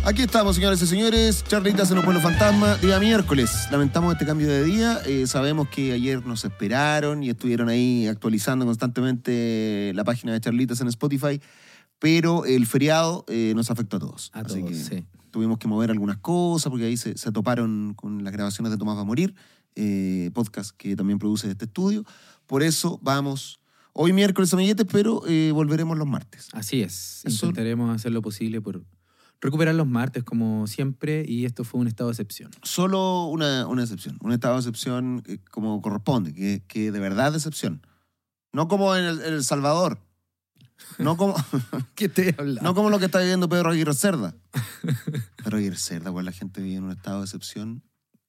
Aquí estamos, señores y señores. Charlitas en un pueblo fantasma, día miércoles. Lamentamos este cambio de día. Sabemos que ayer nos esperaron y estuvieron ahí actualizando constantemente la página de Charlitas en Spotify, pero el feriado nos afectó a todos. Así que sí. Tuvimos que mover algunas cosas porque ahí se toparon con las grabaciones de Tomás va a morir, podcast que también produce este estudio. Por eso vamos hoy miércoles, amiguetes, pero volveremos los martes. Así es. Intentaremos hacer lo posible por recuperar los martes como siempre, y esto fue un estado de excepción. Solo una excepción, un estado de excepción como corresponde, que de verdad de excepción. No como en El Salvador. No como, ¿Qué te hablas? no como lo que está viviendo Pedro Aguirre Cerda. Pedro Aguirre Cerda, pues la gente vive en un estado de excepción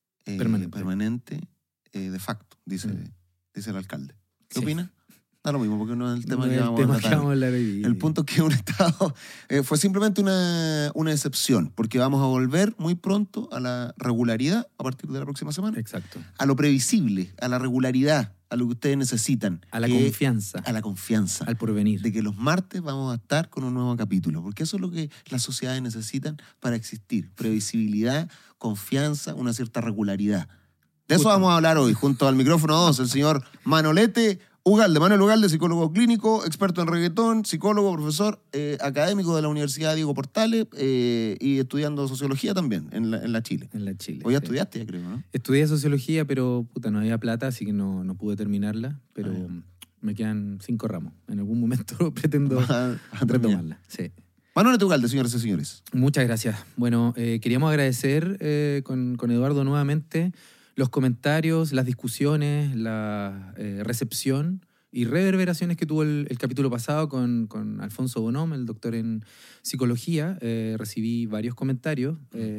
permanente de facto, dice el alcalde. ¿Qué opina? Da lo mismo, porque no es el tema que vamos a tratar. El punto es que un estado fue simplemente una excepción, porque vamos a volver muy pronto a la regularidad a partir de la próxima semana. Exacto. A lo previsible, a la regularidad, a lo que ustedes necesitan. A la confianza. A la confianza. Al porvenir. De que los martes vamos a estar con un nuevo capítulo, porque eso es lo que las sociedades necesitan para existir. Previsibilidad, confianza, una cierta regularidad. De eso vamos a hablar hoy, junto al micrófono 2, el señor Manuel Ugalde, psicólogo clínico, experto en reggaetón, psicólogo, profesor académico de la Universidad Diego Portales y estudiando sociología también en la Chile. En la Chile. Hoy ya estudiaste, ya creo, ¿no? Estudié sociología, pero no había plata, así que no pude terminarla, pero me quedan 5 ramos. En algún momento pretendo retomarla. Sí. Manuel Ugalde, señoras y señores. Muchas gracias. Bueno, queríamos agradecer con Eduardo nuevamente los comentarios, las discusiones, la recepción y reverberaciones que tuvo el capítulo pasado con Alfonso Bonhomme, el doctor en psicología. Recibí varios comentarios,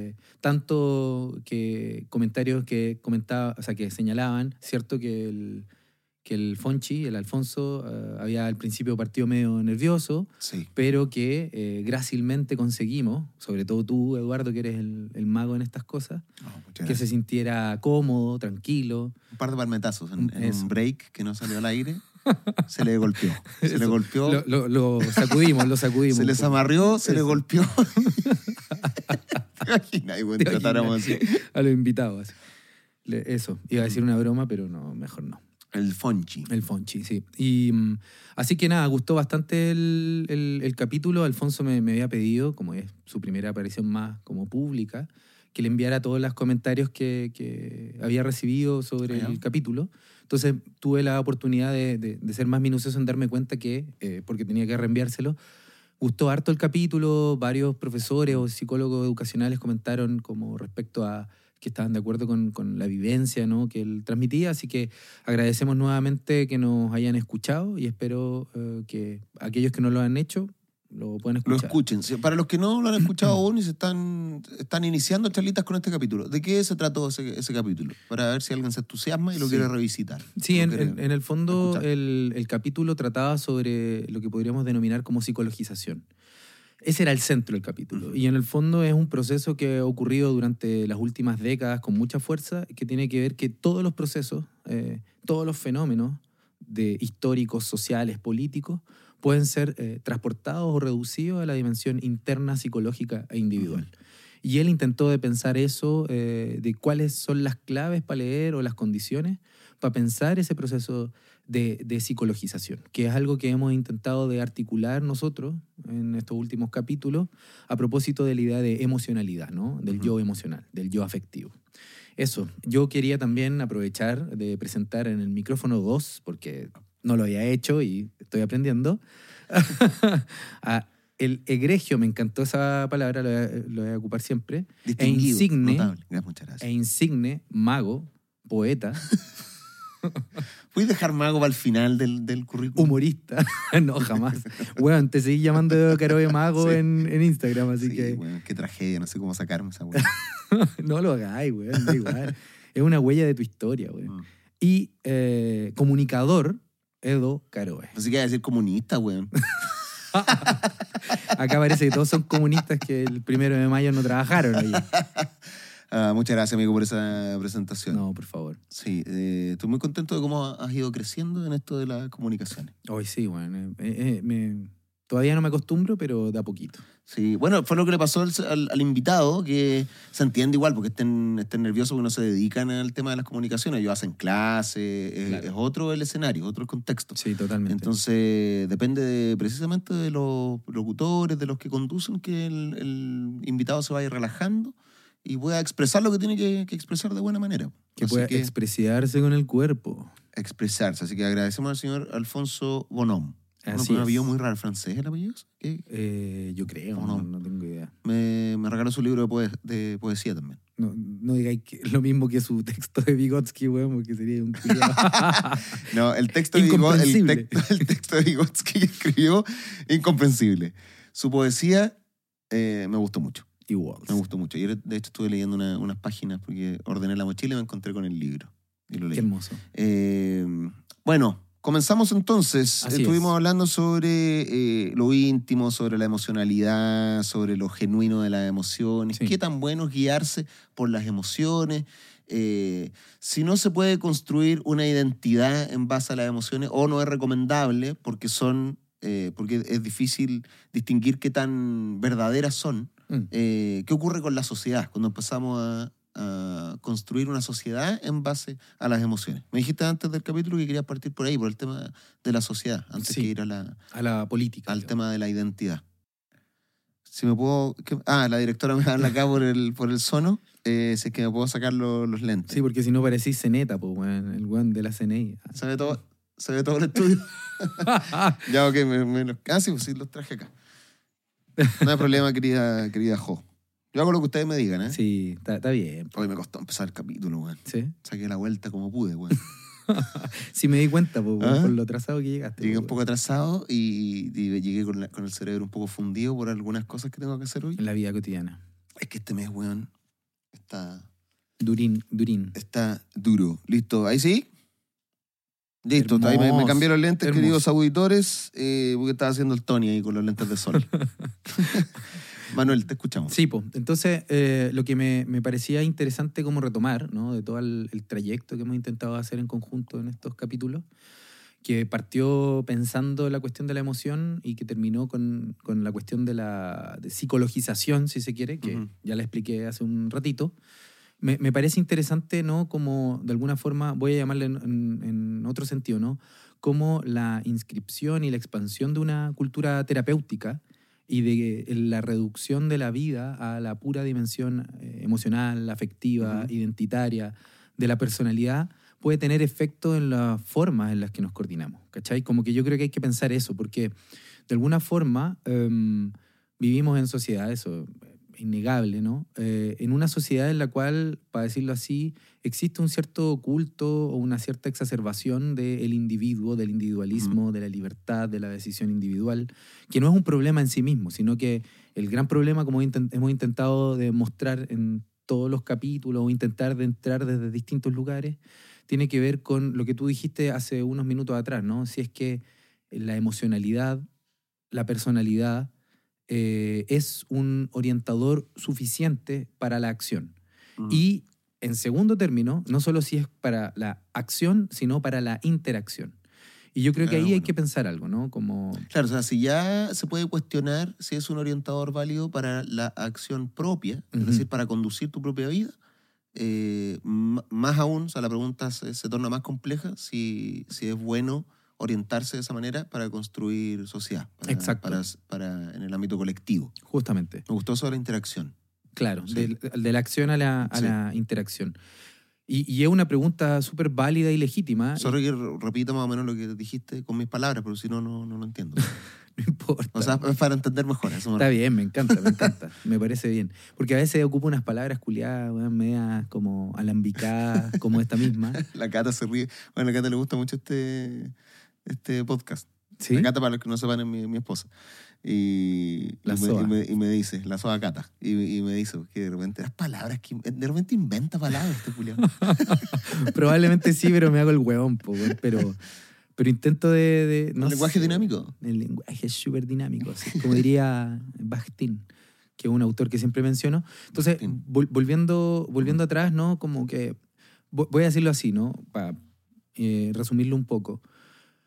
tanto comentarios que comentaba, o sea, que señalaban, cierto, que el Fonchi, el Alfonso, había al principio partido medio nervioso, sí, pero que grácilmente conseguimos, sobre todo tú, Eduardo, que eres el mago en estas cosas, que se sintiera cómodo, tranquilo. Un par de palmetazos en un break que no salió al aire. Se le golpeó. Lo sacudimos. Se les amarrió, se le golpeó. ¿Te imaginas? Y tratáramos así. A los invitados. Eso. Iba a decir una broma, pero no, mejor no. El Fonchi, sí. Y así que nada, gustó bastante el capítulo. Alfonso me había pedido, como es su primera aparición más como pública, que le enviara todos los comentarios que había recibido sobre el capítulo. Entonces tuve la oportunidad de ser más minucioso en darme cuenta que, porque tenía que reenviárselo, gustó harto el capítulo. Varios profesores o psicólogos educacionales comentaron como respecto a que estaban de acuerdo con la vivencia, ¿no?, que él transmitía. Así que agradecemos nuevamente que nos hayan escuchado y espero que aquellos que no lo han hecho lo puedan escuchar. Lo escuchen. Para los que no lo han escuchado aún y se están iniciando charlitas con este capítulo, ¿de qué se trató ese capítulo? Para ver si alguien se entusiasma y lo quiere revisitar. Sí, en el fondo el capítulo trataba sobre lo que podríamos denominar como psicologización. Ese era el centro del capítulo. Y en el fondo es un proceso que ha ocurrido durante las últimas décadas con mucha fuerza, que tiene que ver que todos los procesos, todos los fenómenos históricos, sociales, políticos, pueden ser transportados o reducidos a la dimensión interna, psicológica e individual. Y él intentó de pensar eso, de cuáles son las claves para leer o las condiciones para pensar ese proceso de psicologización, que es algo que hemos intentado de articular nosotros en estos últimos capítulos a propósito de la idea de emocionalidad, ¿no?, del yo emocional, del yo afectivo. Eso, yo quería también aprovechar de presentar en el micrófono 2, porque no lo había hecho y estoy aprendiendo, el egregio, me encantó esa palabra, lo voy a ocupar siempre, distinguido, notable. Muchas gracias. Insigne mago, poeta. ¿Puedes dejar mago para el final del currículum? Humorista. No, jamás. Bueno, te seguí llamando Caroe Mago en Instagram, así que... Bueno, qué tragedia, no sé cómo sacarme esa weá. No lo hagáis, weón, da igual. Es una huella de tu historia, weón. Y comunicador, Edo Caroe. Así que iba a decir comunista, weón. Acá parece que todos son comunistas que el 1 de mayo no trabajaron, oye. Muchas gracias, amigo, por esa presentación. No, por favor. Sí, estoy muy contento de cómo has ido creciendo en esto de las comunicaciones. Hoy sí, bueno. Todavía no me acostumbro, pero de a poquito. Sí, bueno, fue lo que le pasó al invitado, que se entiende igual, porque estén nerviosos porque no se dedican al tema de las comunicaciones. Ellos hacen clases, Claro. es otro el escenario, otro el contexto. Sí, totalmente. Entonces, depende precisamente de los locutores, de los que conducen, que el invitado se vaya relajando y pueda expresar lo que tiene que expresar de buena manera. Que Así pueda expresiarse con el cuerpo. expresarse. Así que agradecemos al señor Alfonso Bonhomme. Así Un apellido es. muy raro, ¿francés el apellido? Yo creo, ¿O no? no tengo idea. Me regaló su libro de poesía también. No digáis lo mismo que su texto de Vygotsky, weón, porque sería un culiao. No, el texto de Incomprensible. el texto de Vygotsky que escribió, incomprensible. Su poesía me gustó mucho. Igual. Me gustó mucho. Y de hecho estuve leyendo unas páginas porque ordené la mochila y me encontré con el libro. Y lo leí. Qué hermoso. Bueno, comenzamos entonces. Así Estuvimos es. hablando sobre lo íntimo, sobre la emocionalidad, sobre lo genuino de las emociones. Sí. Qué tan bueno es guiarse por las emociones. Si no se puede construir una identidad en base a las emociones, o no es recomendable porque porque es difícil distinguir qué tan verdaderas son. ¿Qué ocurre con la sociedad cuando empezamos a construir una sociedad en base a las emociones? Me dijiste antes del capítulo que querías partir por ahí, por el tema de la sociedad, antes Sí. que ir a la política. al tema de la identidad. Si me puedo... la directora me habla acá por el sono. Si es que me puedo sacar los lentes. Sí, porque si no parecís Ceneta, pues, weón, el weón de la CNI. Se ve todo el estudio. Ya, ok, sí, pues sí, los traje acá. No hay problema, querida Jo. Yo hago lo que ustedes me digan, ¿eh? Sí, está bien. Hoy me costó empezar el capítulo, weón. Sí. Saqué la vuelta como pude, weón. Sí me di cuenta, pues, weón, ¿Ah? por lo atrasado que llegaste. Llegué un pues, poco atrasado y llegué con el cerebro un poco fundido por algunas cosas que tengo que hacer hoy. en la vida cotidiana. Es que este mes, weón, está Durín. duro. Listo, ahí sí. Listo, ahí me Hermoso, cambié los lentes, hermoso. queridos auditores, porque estaba haciendo el Tony ahí con los lentes de sol. Manuel, te escuchamos. Sí, pues. Entonces, lo que me parecía interesante como retomar, ¿no? De todo el trayecto que hemos intentado hacer en conjunto en estos capítulos, que partió pensando la cuestión de la emoción y que terminó con la cuestión de la psicologización, si se quiere, que Ujú. ya la expliqué hace un ratito. Me parece interesante, ¿no? Como de alguna forma, voy a llamarle en otro sentido, ¿no? Como la inscripción y la expansión de una cultura terapéutica y de la reducción de la vida a la pura dimensión emocional, afectiva, Ujú. identitaria, de la personalidad, puede tener efecto en las formas en las que nos coordinamos, ¿cachai? Como que yo creo que hay que pensar eso, porque de alguna forma vivimos en sociedad, eso es innegable, ¿no? En una sociedad en la cual, para decirlo así, existe un cierto culto o una cierta exacerbación del individuo, del individualismo, de la libertad, de la decisión individual, que no es un problema en sí mismo, sino que el gran problema, como hemos intentado demostrar en todos los capítulos o intentar de entrar desde distintos lugares, tiene que ver con lo que tú dijiste hace unos minutos atrás, ¿no? Si es que la emocionalidad, la personalidad, es un orientador suficiente para la acción. Ujú. Y en segundo término, no solo si es para la acción, sino para la interacción. Y yo creo que ahí hay Bueno. que pensar algo, ¿no? Como... Claro, o sea, si ya se puede cuestionar si es un orientador válido para la acción propia, es Ujú. decir, para conducir tu propia vida, más aún, o sea, la pregunta se torna más compleja si es bueno orientarse de esa manera para construir sociedad, Exacto. para en el ámbito colectivo. Justamente. Me gustó eso de la interacción. Claro, Sí. de la acción a la Sí. interacción. Y es una pregunta súper válida y legítima. Solo que repita más o menos lo que dijiste con mis palabras, pero si no, no lo entiendo. No importa. O sea, es para entender mejor. Eso me Está bien, me encanta, me parece bien. Porque a veces ocupo unas palabras culiadas, weón, medias como alambicadas, como esta misma. La Cata se ríe. Bueno, a la Cata le gusta mucho este podcast. ¿Sí? La Cata, para los que no sepan, es mi esposa. La Soa. Y me dice, la Soa Cata. Y me dice que de repente las palabras, de repente inventa palabras este culiao. Probablemente sí, pero me hago el huevón, po, weón, pero intento de no ¿El lenguaje sé, dinámico? El lenguaje es súper dinámico, así, como diría Bakhtin, que es un autor que siempre menciono. Entonces, Bakhtin. volviendo atrás, ¿no? Como que, voy a decirlo así, ¿no? Para resumirlo un poco.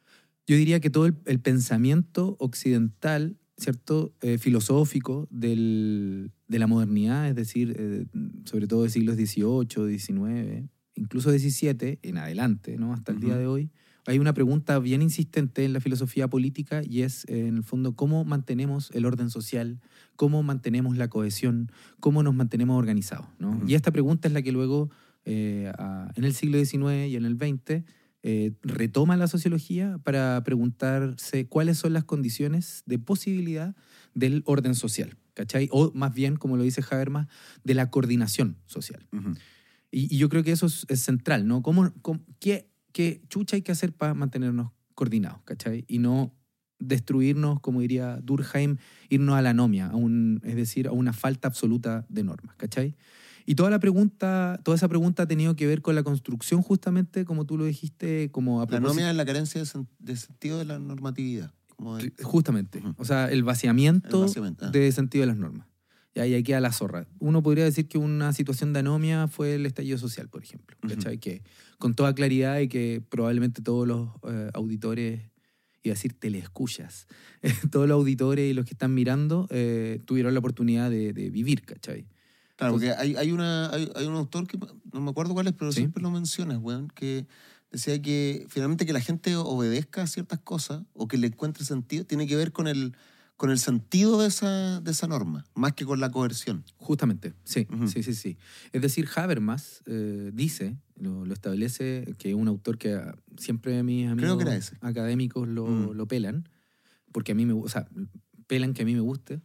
Yo diría que todo el pensamiento occidental, ¿cierto? Filosófico de la modernidad, es decir, sobre todo de siglos XVIII, XIX, incluso XVII en adelante, ¿no? Hasta el día de hoy, hay una pregunta bien insistente en la filosofía política y es, en el fondo, ¿cómo mantenemos el orden social? ¿Cómo mantenemos la cohesión? ¿Cómo nos mantenemos organizados? ¿No? Y esta pregunta es la que luego, en el siglo XIX y en el XX, retoma la sociología para preguntarse cuáles son las condiciones de posibilidad del orden social, ¿cachai? O más bien, como lo dice Habermas, de la coordinación social. Y yo creo que eso es central, ¿no? ¿Qué chucha hay que hacer para mantenernos coordinados, ¿cachai? Y no destruirnos, como diría Durkheim, irnos a la anomia, es decir, a una falta absoluta de normas, ¿cachai? Y toda esa pregunta ha tenido que ver con la construcción, justamente, como tú lo dijiste, como a La propósito. anomia es la carencia de sentido de la normatividad. Justamente. O sea, el vaciamiento de sentido de las normas. Y ahí queda la zorra. Uno podría decir que una situación de anomia fue el estallido social, por ejemplo. ¿Cachai? Que con toda claridad y que probablemente todos los auditores, iba a decir teleescuchas, todos los auditores y los que están mirando tuvieron la oportunidad de vivir, ¿cachai? Claro, porque hay un autor que no me acuerdo cuál es, pero ¿sí? Siempre lo mencionas, weón, que decía que finalmente que la gente obedezca a ciertas cosas o que le encuentre sentido tiene que ver con el sentido de esa norma, más que con la coerción. Justamente, sí, sí. Es decir, Habermas dice, lo establece, que es un autor que siempre mis amigos académicos lo pelan, porque a mí pelan que a mí me guste.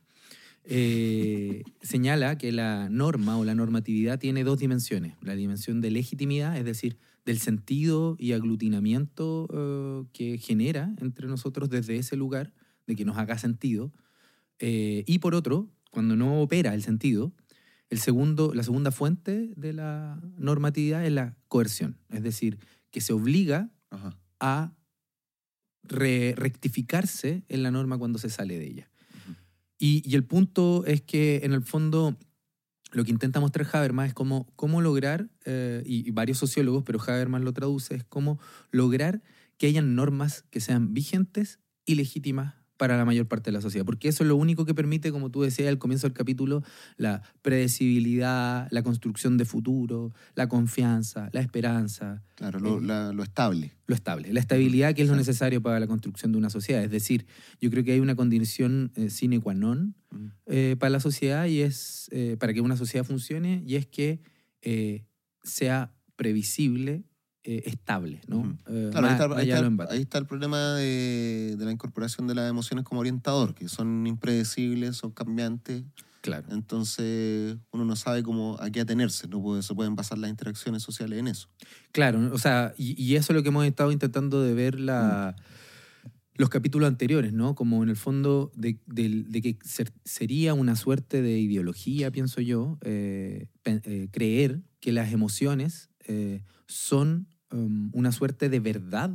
Señala que la norma o la normatividad tiene dos dimensiones. La dimensión de legitimidad, es decir, del sentido y aglutinamiento que genera entre nosotros desde ese lugar, de que nos haga sentido. Y por otro, cuando no opera el sentido, la segunda fuente de la normatividad es la coerción. Es decir, que se obliga a rectificarse en la norma cuando se sale de ella. Y el punto es que, en el fondo, lo que intenta mostrar Habermas es cómo lograr, y varios sociólogos, pero Habermas lo traduce, es cómo lograr que hayan normas que sean vigentes y legítimas para la mayor parte de la sociedad. Porque eso es lo único que permite, como tú decías al comienzo del capítulo, la predecibilidad, la construcción de futuro, la confianza, la esperanza. Claro, lo estable. Lo estable. La estabilidad que es lo necesario para la construcción de una sociedad. Es decir, yo creo que hay una condición sine qua non para la sociedad y es para que una sociedad funcione, y es que sea previsible, estable, ¿no? Claro, ahí está el problema de la incorporación de las emociones como orientador, que son impredecibles, son cambiantes. Claro. Entonces uno no sabe a qué atenerse, se pueden basar las interacciones sociales en eso. Claro, o sea, y eso es lo que hemos estado intentando de ver los capítulos anteriores, ¿no? Como en el fondo de que sería una suerte de ideología, pienso yo, creer que las emociones son una suerte de verdad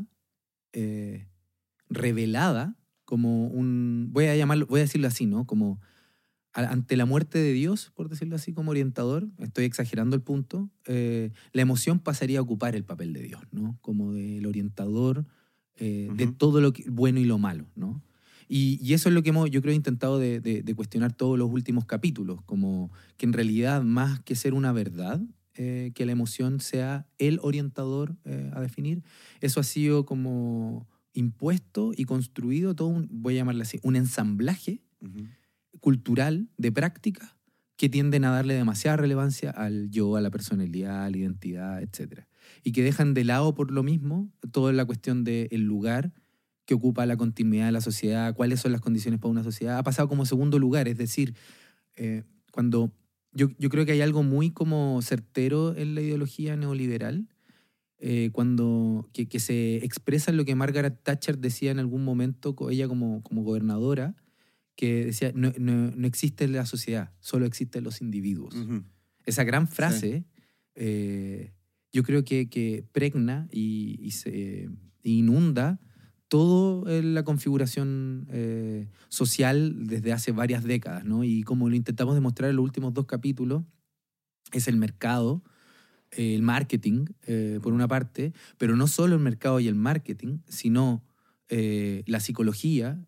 revelada, como voy a decirlo así, ¿no? Como ante la muerte de Dios, por decirlo así, como orientador, estoy exagerando el punto, la emoción pasaría a ocupar el papel de Dios, ¿no? Como del orientador de todo lo bueno y lo malo, ¿no? Y eso es lo que yo creo, intentado de cuestionar todos los últimos capítulos, como que en realidad, más que ser una verdad, que la emoción sea el orientador a definir, eso ha sido como impuesto y construido todo voy a llamarle así, un ensamblaje cultural de prácticas que tienden a darle demasiada relevancia al yo, a la personalidad, a la identidad, etc. Y que dejan de lado, por lo mismo, toda la cuestión del lugar que ocupa la continuidad de la sociedad, cuáles son las condiciones para una sociedad. Ha pasado como segundo lugar, es decir, cuando yo creo que hay algo muy como certero en la ideología neoliberal, cuando que se expresa en lo que Margaret Thatcher decía en algún momento, ella como gobernadora, que decía, no existe la sociedad, solo existen los individuos. Esa gran frase, yo creo que pregna y se inunda toda la configuración social desde hace varias décadas, ¿no? Y como lo intentamos demostrar en los últimos 2 capítulos, es el mercado, el marketing, por una parte, pero no solo el mercado y el marketing, sino la psicología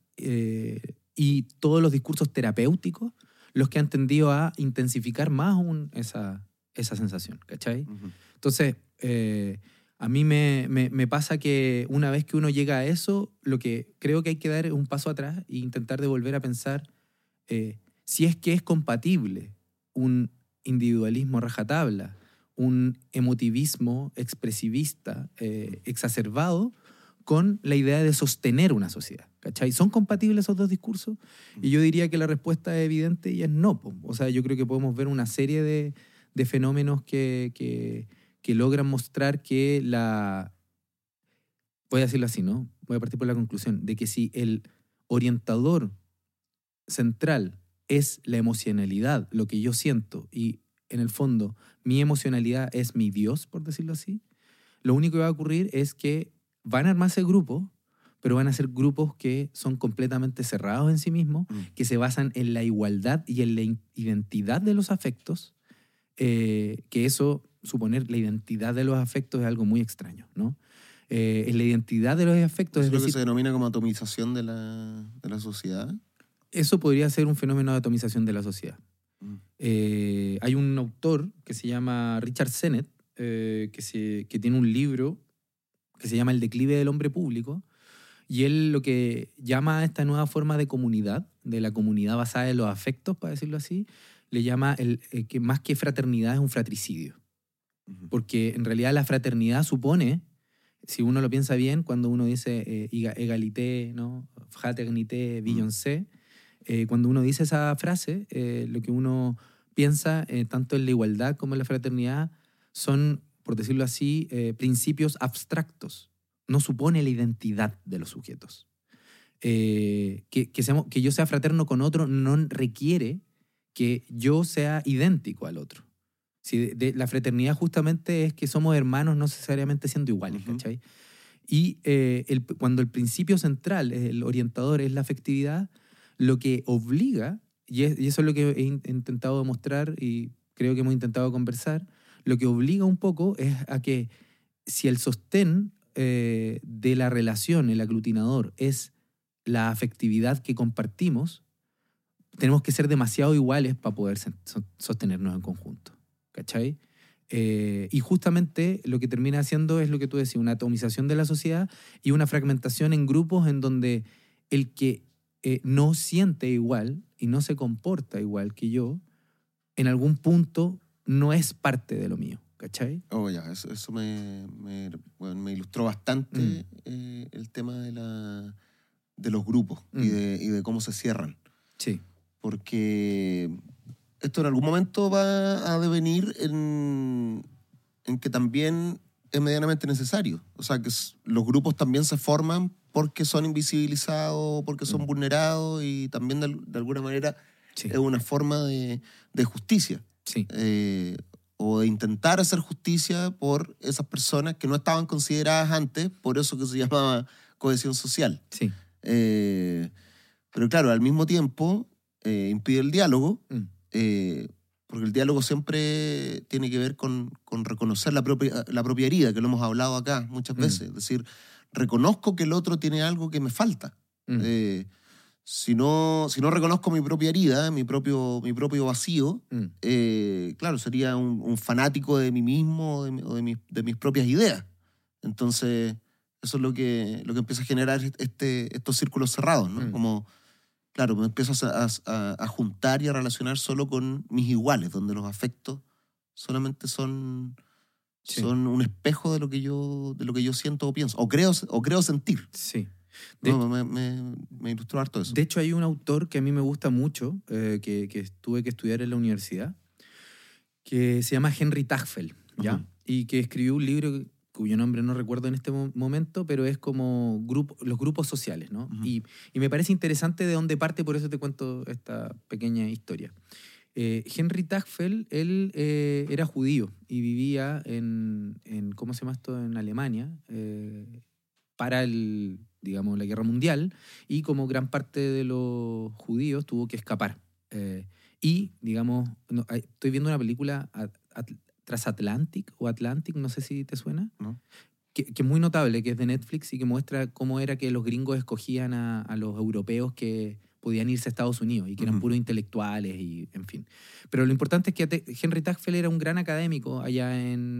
y todos los discursos terapéuticos los que han tendido a intensificar más aún esa sensación, ¿cachai? Ujú. Entonces, a mí me pasa que una vez que uno llega a eso, lo que creo que hay que dar es un paso atrás e intentar de volver a pensar si es que es compatible un individualismo rajatabla, un emotivismo expresivista exacerbado con la idea de sostener una sociedad, ¿cachai? ¿Son compatibles esos dos discursos? Y yo diría que la respuesta es evidente y es no. Po. O sea, yo creo que podemos ver una serie de fenómenos que logran mostrar que voy a decirlo así, ¿no? Voy a partir por la conclusión de que si el orientador central es la emocionalidad, lo que yo siento, y en el fondo mi emocionalidad es mi Dios, por decirlo así, lo único que va a ocurrir es que van a armarse grupos, pero van a ser grupos que son completamente cerrados en sí mismos, que se basan en la igualdad y en la identidad de los afectos, que eso, suponer la identidad de los afectos es algo muy extraño, ¿no? En la identidad de los afectos, ¿Es lo que decir, se denomina como atomización de la sociedad? eso podría ser un fenómeno de atomización de la sociedad. Hay un autor que se llama Richard Sennett, que tiene un libro que se llama El declive del hombre público, y él lo que llama a esta nueva forma de comunidad, de la comunidad basada en los afectos, para decirlo así, le llama que más que fraternidad es un fratricidio. Porque en realidad la fraternidad supone, si uno lo piensa bien, cuando uno dice égalité, ¿no? Fraternité, Beyoncé, cuando uno dice esa frase, lo que uno piensa tanto en la igualdad como en la fraternidad son, por decirlo así, principios abstractos. No supone la identidad de los sujetos. Que yo sea fraterno con otro no requiere que yo sea idéntico al otro. Si la fraternidad justamente es que somos hermanos no necesariamente siendo iguales, ¿cachai? Y cuando el principio central, el orientador, es la afectividad, lo que obliga, y eso es lo que he intentado demostrar y creo que hemos intentado conversar, lo que obliga un poco es a que si el sostén de la relación, el aglutinador, es la afectividad que compartimos, tenemos que ser demasiado iguales para poder sostenernos en conjunto, ¿cachai? Y justamente lo que termina haciendo es lo que tú decías, una atomización de la sociedad y una fragmentación en grupos en donde el que no siente igual y no se comporta igual que yo, en algún punto no es parte de lo mío, ¿cachai? Oh, ya, eso me ilustró bastante el tema de los grupos y de cómo se cierran. Sí. Porque esto en algún momento va a devenir en que también es medianamente necesario. O sea, que los grupos también se forman porque son invisibilizados, porque son vulnerados y también de alguna manera es una forma de justicia. Sí. O de intentar hacer justicia por esas personas que no estaban consideradas antes, por eso que se llamaba cohesión social. Sí. Pero claro, al mismo tiempo impide el diálogo, porque el diálogo siempre tiene que ver con reconocer la propia herida, que lo hemos hablado acá muchas veces. Es decir, reconozco que el otro tiene algo que me falta. Si no reconozco mi propia herida, mi propio vacío, claro, sería un fanático de mí mismo o de mis propias ideas. Entonces, eso es lo que empieza a generar estos círculos cerrados, ¿no? Como, claro, me empiezo a juntar y a relacionar solo con mis iguales, donde los afectos solamente son un espejo de lo que yo siento o pienso, o creo sentir. Sí. Me ilustró harto eso. De hecho, hay un autor que a mí me gusta mucho, que tuve que estudiar en la universidad, que se llama Henry Tagfel, ¿ya? Y que escribió un libro cuyo nombre no recuerdo en este momento, pero es como los grupos sociales, ¿no? Y me parece interesante de dónde parte, por eso te cuento esta pequeña historia. Henry Tagfel, él era judío y vivía en ¿cómo se llama esto? En Alemania, para la Guerra Mundial, y como gran parte de los judíos tuvo que escapar. Y, digamos, estoy viendo una película Transatlantic o Atlantic, no sé si te suena, ¿no? que es muy notable, que es de Netflix y que muestra cómo era que los gringos escogían a los europeos que podían irse a Estados Unidos y que eran puros intelectuales y en fin. Pero lo importante es que Henry Tagfel era un gran académico allá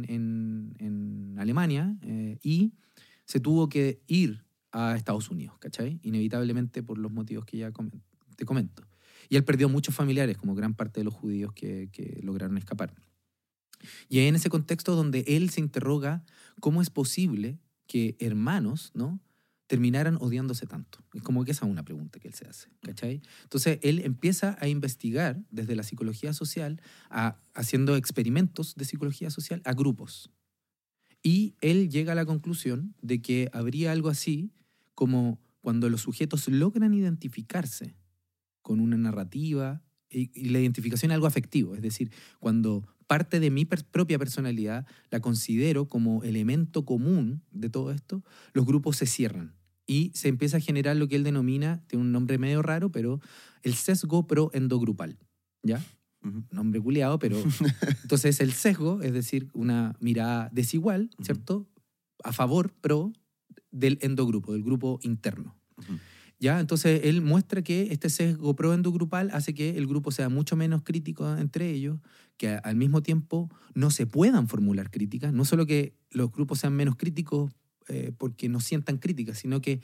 en Alemania y se tuvo que ir a Estados Unidos, ¿cachai? Inevitablemente por los motivos que ya te comento. Y él perdió muchos familiares, como gran parte de los judíos que lograron escapar. Y es en ese contexto donde él se interroga cómo es posible que hermanos, ¿no?, terminaran odiándose tanto. Es como que esa es una pregunta que él se hace, ¿cachai? Entonces él empieza a investigar desde la psicología social, haciendo experimentos de psicología social a grupos. Y él llega a la conclusión de que habría algo así como cuando los sujetos logran identificarse con una narrativa, y la identificación es algo afectivo, es decir, cuando parte de mi propia personalidad la considero como elemento común de todo esto, los grupos se cierran y se empieza a generar lo que él denomina, tiene un nombre medio raro, pero el sesgo pro-endogrupal, ¿ya? Nombre culiado, pero entonces el sesgo, es decir, una mirada desigual, ¿cierto?, a favor, pro, del endogrupo, del grupo interno. ¿Ya? Entonces él muestra que este sesgo pro-endogrupal hace que el grupo sea mucho menos crítico entre ellos, que al mismo tiempo no se puedan formular críticas, no solo que los grupos sean menos críticos porque no sientan críticas, sino que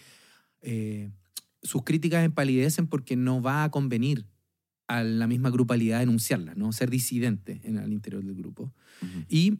sus críticas empalidecen porque no va a convenir a la misma grupalidad enunciarlas, ¿no? Ser disidente al interior del grupo. Y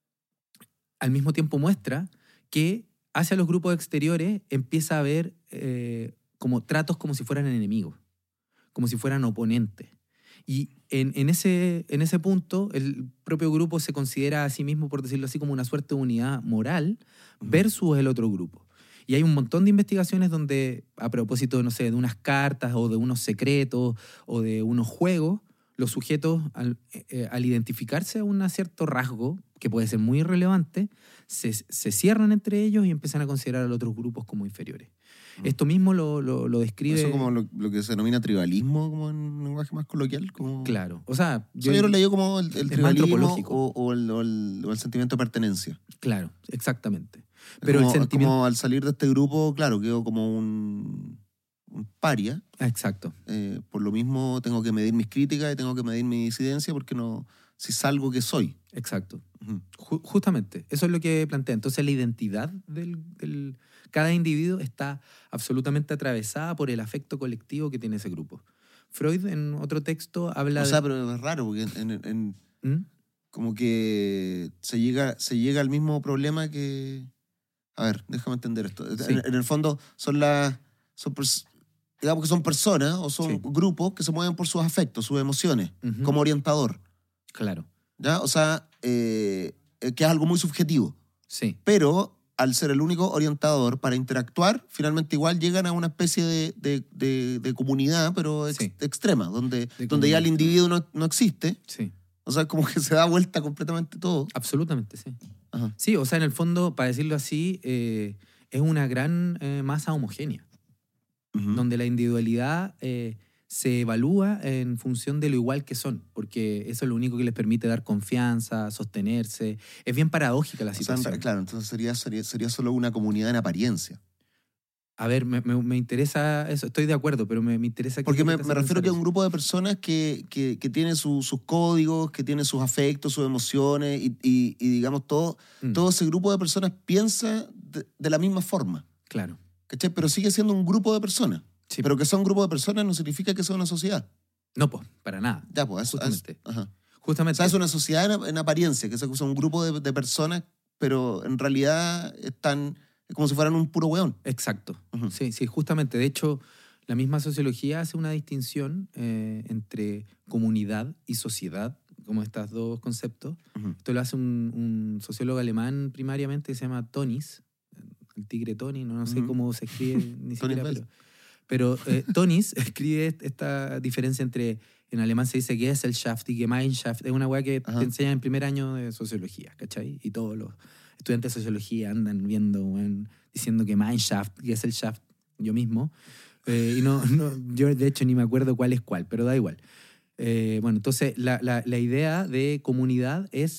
al mismo tiempo muestra que hacia los grupos exteriores empieza a haber como tratos como si fueran enemigos, como si fueran oponentes. Y en ese punto, el propio grupo se considera a sí mismo, por decirlo así, como una suerte de unidad moral versus el otro grupo. Y hay un montón de investigaciones donde, a propósito, no sé, de unas cartas o de unos secretos o de unos juegos, los sujetos, al identificarse a un cierto rasgo, que puede ser muy irrelevante, se cierran entre ellos y empiezan a considerar a los otros grupos como inferiores. Esto mismo lo describe... Eso como lo que se denomina tribalismo, como en un lenguaje más coloquial. Como... Claro. O sea, yo lo leí como el tribalismo o el sentimiento de pertenencia. Claro, exactamente. Pero como al salir de este grupo, claro, quedo como un paria. Exacto. Por lo mismo tengo que medir mis críticas y tengo que medir mi disidencia porque no, si salgo, ¿qué soy? Exacto. Justamente. Eso es lo que plantea. Entonces la identidad cada individuo está absolutamente atravesada por el afecto colectivo que tiene ese grupo. Freud en otro texto habla pero es raro porque como que se llega al mismo problema que... A ver, déjame entender esto. Sí. En el fondo digamos que son personas o son grupos que se mueven por sus afectos, sus emociones, como orientador. Claro. ¿Ya? O sea, que es algo muy subjetivo. Sí. Pero al ser el único orientador para interactuar, finalmente igual llegan a una especie de comunidad, pero extrema, donde ya el individuo no existe. Sí. O sea, como que se da vuelta completamente todo. Absolutamente, sí. Ajá. Sí, o sea, en el fondo, para decirlo así, es una gran masa homogénea, donde la individualidad se evalúa en función de lo igual que son, porque eso es lo único que les permite dar confianza, sostenerse. Es bien paradójica la situación. O sea, claro, entonces sería solo una comunidad en apariencia. A ver, me interesa eso, estoy de acuerdo, pero me interesa... Porque me refiero que es un grupo de personas que tiene sus códigos, que tiene sus afectos, sus emociones y digamos, todo ese grupo de personas piensa de la misma forma. Claro. ¿Cachai? Pero sigue siendo un grupo de personas. Sí. Pero que sea un grupo de personas no significa que sea una sociedad. No, pues, para nada. Ya, pues, justamente. Justamente. O sea, es una sociedad en apariencia, que es un grupo de personas, pero en realidad están como si fueran un puro hueón. Exacto. Sí, justamente. De hecho, la misma sociología hace una distinción entre comunidad y sociedad, como estos dos conceptos. Esto lo hace un sociólogo alemán primariamente que se llama Tönnies, el tigre Tony, no sé cómo se escribe ni siquiera, pero Tönnies escribe esta diferencia entre, en alemán se dice Gesellschaft y Gemeinschaft, es una weá que te enseñan en primer año de sociología, ¿cachai? Y todos los estudiantes de sociología andan viendo, diciendo Gemeinschaft, Gesellschaft, yo mismo, y yo de hecho ni me acuerdo cuál es cuál, pero da igual. Bueno, entonces la idea de comunidad es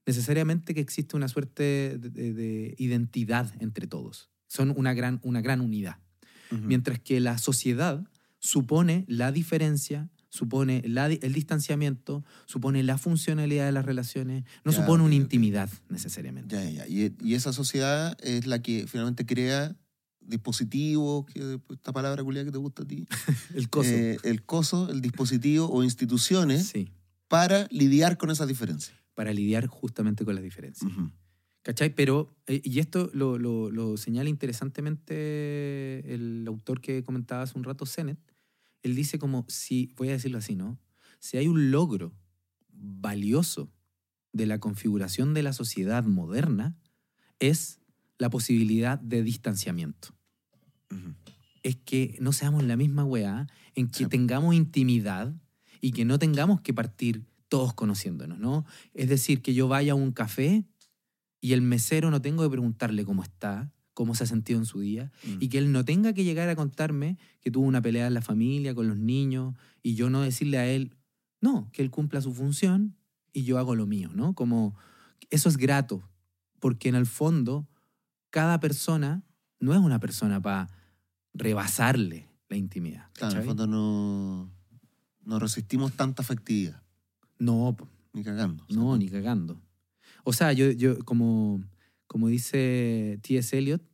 necesariamente que existe una suerte de identidad entre todos. Son una gran unidad. Mientras que la sociedad supone la diferencia, supone el distanciamiento, supone la funcionalidad de las relaciones, no supone una intimidad necesariamente. Y esa sociedad es la que finalmente crea dispositivos, esta palabra culiada que te gusta a ti. El coso. El dispositivo o instituciones sí. para lidiar con esas diferencias. Para lidiar justamente con las diferencias. ¿Cachai? Pero, y esto lo señala interesantemente el autor que comentaba hace un rato, Sennett. Él dice como, si, voy a decirlo así, ¿no? Si hay un logro valioso de la configuración de la sociedad moderna, es la posibilidad de distanciamiento. Es que no seamos la misma weá, en que tengamos intimidad y que no tengamos que partir todos conociéndonos, ¿no? Es decir, que yo vaya a un café y el mesero no tengo que preguntarle cómo está, cómo se ha sentido en su día, y que él no tenga que llegar a contarme que tuvo una pelea en la familia, con los niños, y yo no decirle a él, no, que él cumpla su función y yo hago lo mío, ¿no? Como, eso es grato, porque en el fondo, cada persona no es una persona para rebasarle la intimidad. Claro, en el fondo no resistimos tanta afectividad. No. Ni cagando. No, ni cagando. O sea, yo como dice T.S. Eliot,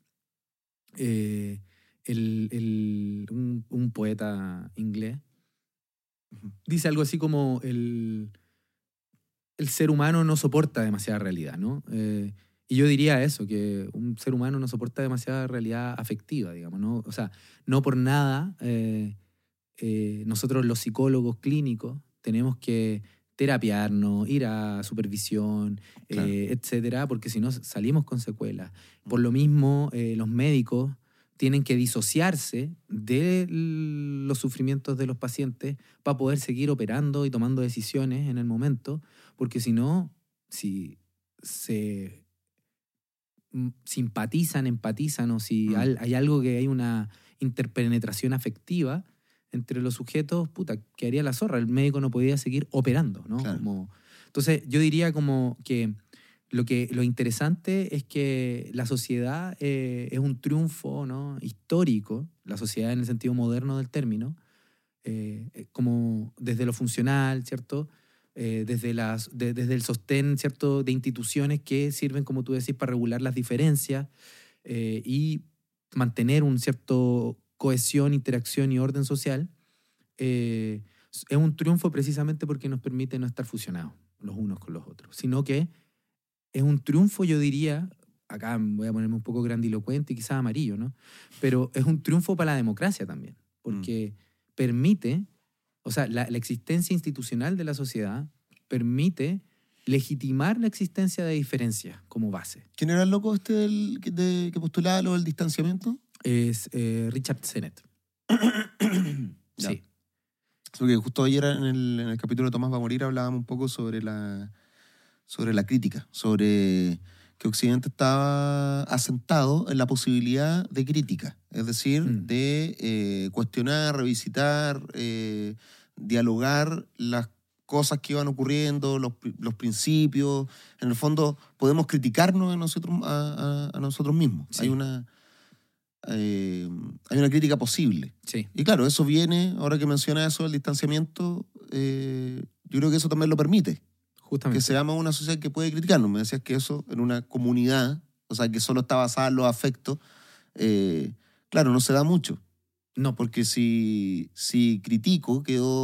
un poeta inglés, dice algo así como el ser humano no soporta demasiada realidad, ¿no? Y yo diría eso, que un ser humano no soporta demasiada realidad afectiva, digamos, ¿no? O sea, no por nada nosotros los psicólogos clínicos tenemos que terapiarnos, ir a supervisión, claro, etcétera, porque si no salimos con secuelas. Por lo mismo, los médicos tienen que disociarse de los sufrimientos de los pacientes para poder seguir operando y tomando decisiones en el momento, porque si no, si se simpatizan, empatizan, o si hay algo que hay una interpenetración afectiva entre los sujetos, puta, quedaría la zorra. El médico no podía seguir operando, ¿no? Claro. Entonces, yo diría como que lo interesante es que la sociedad es un triunfo, ¿no?, histórico, la sociedad en el sentido moderno del término, como desde lo funcional, ¿cierto? Desde el sostén, ¿cierto?, de instituciones que sirven, como tú decís, para regular las diferencias y mantener un cierto cohesión, interacción y orden social, es un triunfo precisamente porque nos permite no estar fusionados los unos con los otros, sino que es un triunfo, yo diría, acá voy a ponerme un poco grandilocuente y quizás amarillo, ¿no? Pero es un triunfo para la democracia también, porque permite, o sea, la existencia institucional de la sociedad permite legitimar la existencia de diferencias como base. ¿Quién era el loco que postulaba lo del distanciamiento? Es Richard Sennett. Sí. Porque justo ayer en el capítulo de Tomás va a morir hablábamos un poco sobre la crítica, sobre que Occidente estaba asentado en la posibilidad de crítica, es decir, de cuestionar, revisitar, dialogar las cosas que iban ocurriendo, los principios. En el fondo podemos criticarnos a nosotros mismos. Sí. Hay una crítica posible. Sí. Y claro, eso viene, ahora que menciona eso, el distanciamiento, yo creo que eso también lo permite. Justamente. Que seamos una sociedad que puede criticarnos. Me decías que eso en una comunidad, o sea, que solo está basada en los afectos, claro, no se da mucho. No. Porque si critico,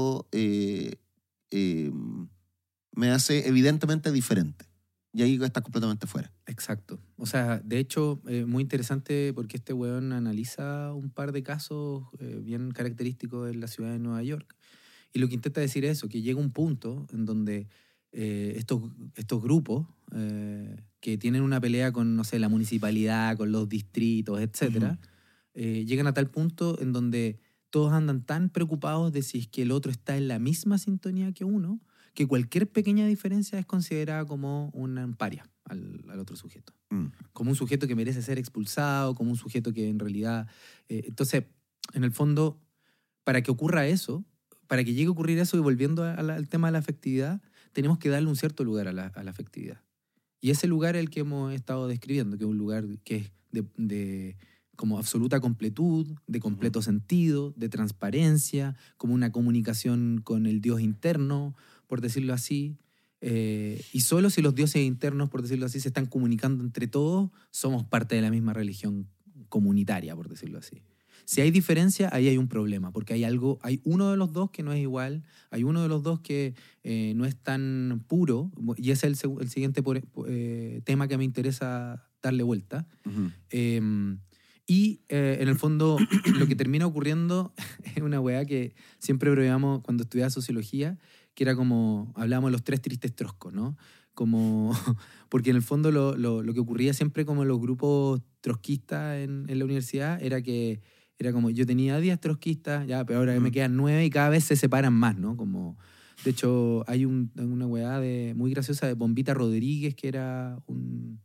me hace evidentemente diferente. Y ahí está completamente fuera. Exacto. O sea, de hecho, muy interesante porque este weón analiza un par de casos bien característicos en la ciudad de Nueva York. Y lo que intenta decir es eso, que llega un punto en donde estos grupos que tienen una pelea con, no sé, la municipalidad, con los distritos, etcétera, llegan a tal punto en donde todos andan tan preocupados de si es que el otro está en la misma sintonía que uno, que cualquier pequeña diferencia es considerada como una paria al otro sujeto. Como un sujeto que merece ser expulsado, como un sujeto que en realidad... entonces, en el fondo, para que ocurra eso, para que llegue a ocurrir eso, y volviendo al tema de la afectividad, tenemos que darle un cierto lugar a la afectividad. Y ese lugar es el que hemos estado describiendo, que es un lugar que es de como absoluta completud, de completo sentido, de transparencia, como una comunicación con el Dios interno, por decirlo así. Y solo si los dioses internos, por decirlo así, se están comunicando entre todos, somos parte de la misma religión comunitaria, por decirlo así. Si hay diferencia, ahí hay un problema, porque hay uno de los dos que no es igual, hay uno de los dos que no es tan puro, y ese es el siguiente tema que me interesa darle vuelta. Ujú. Y en el fondo lo que termina ocurriendo es una weá que siempre probamos cuando estudiaba sociología, que era como, hablábamos de los 3 tristes troscos, ¿no? Como, porque en el fondo lo que ocurría siempre como en los grupos trotskistas en la universidad era que era como, yo tenía 10 trotskistas, ya, pero ahora me quedan 9 y cada vez se separan más, ¿no? Como, de hecho, hay una weá muy graciosa de Bombita Rodríguez, que era un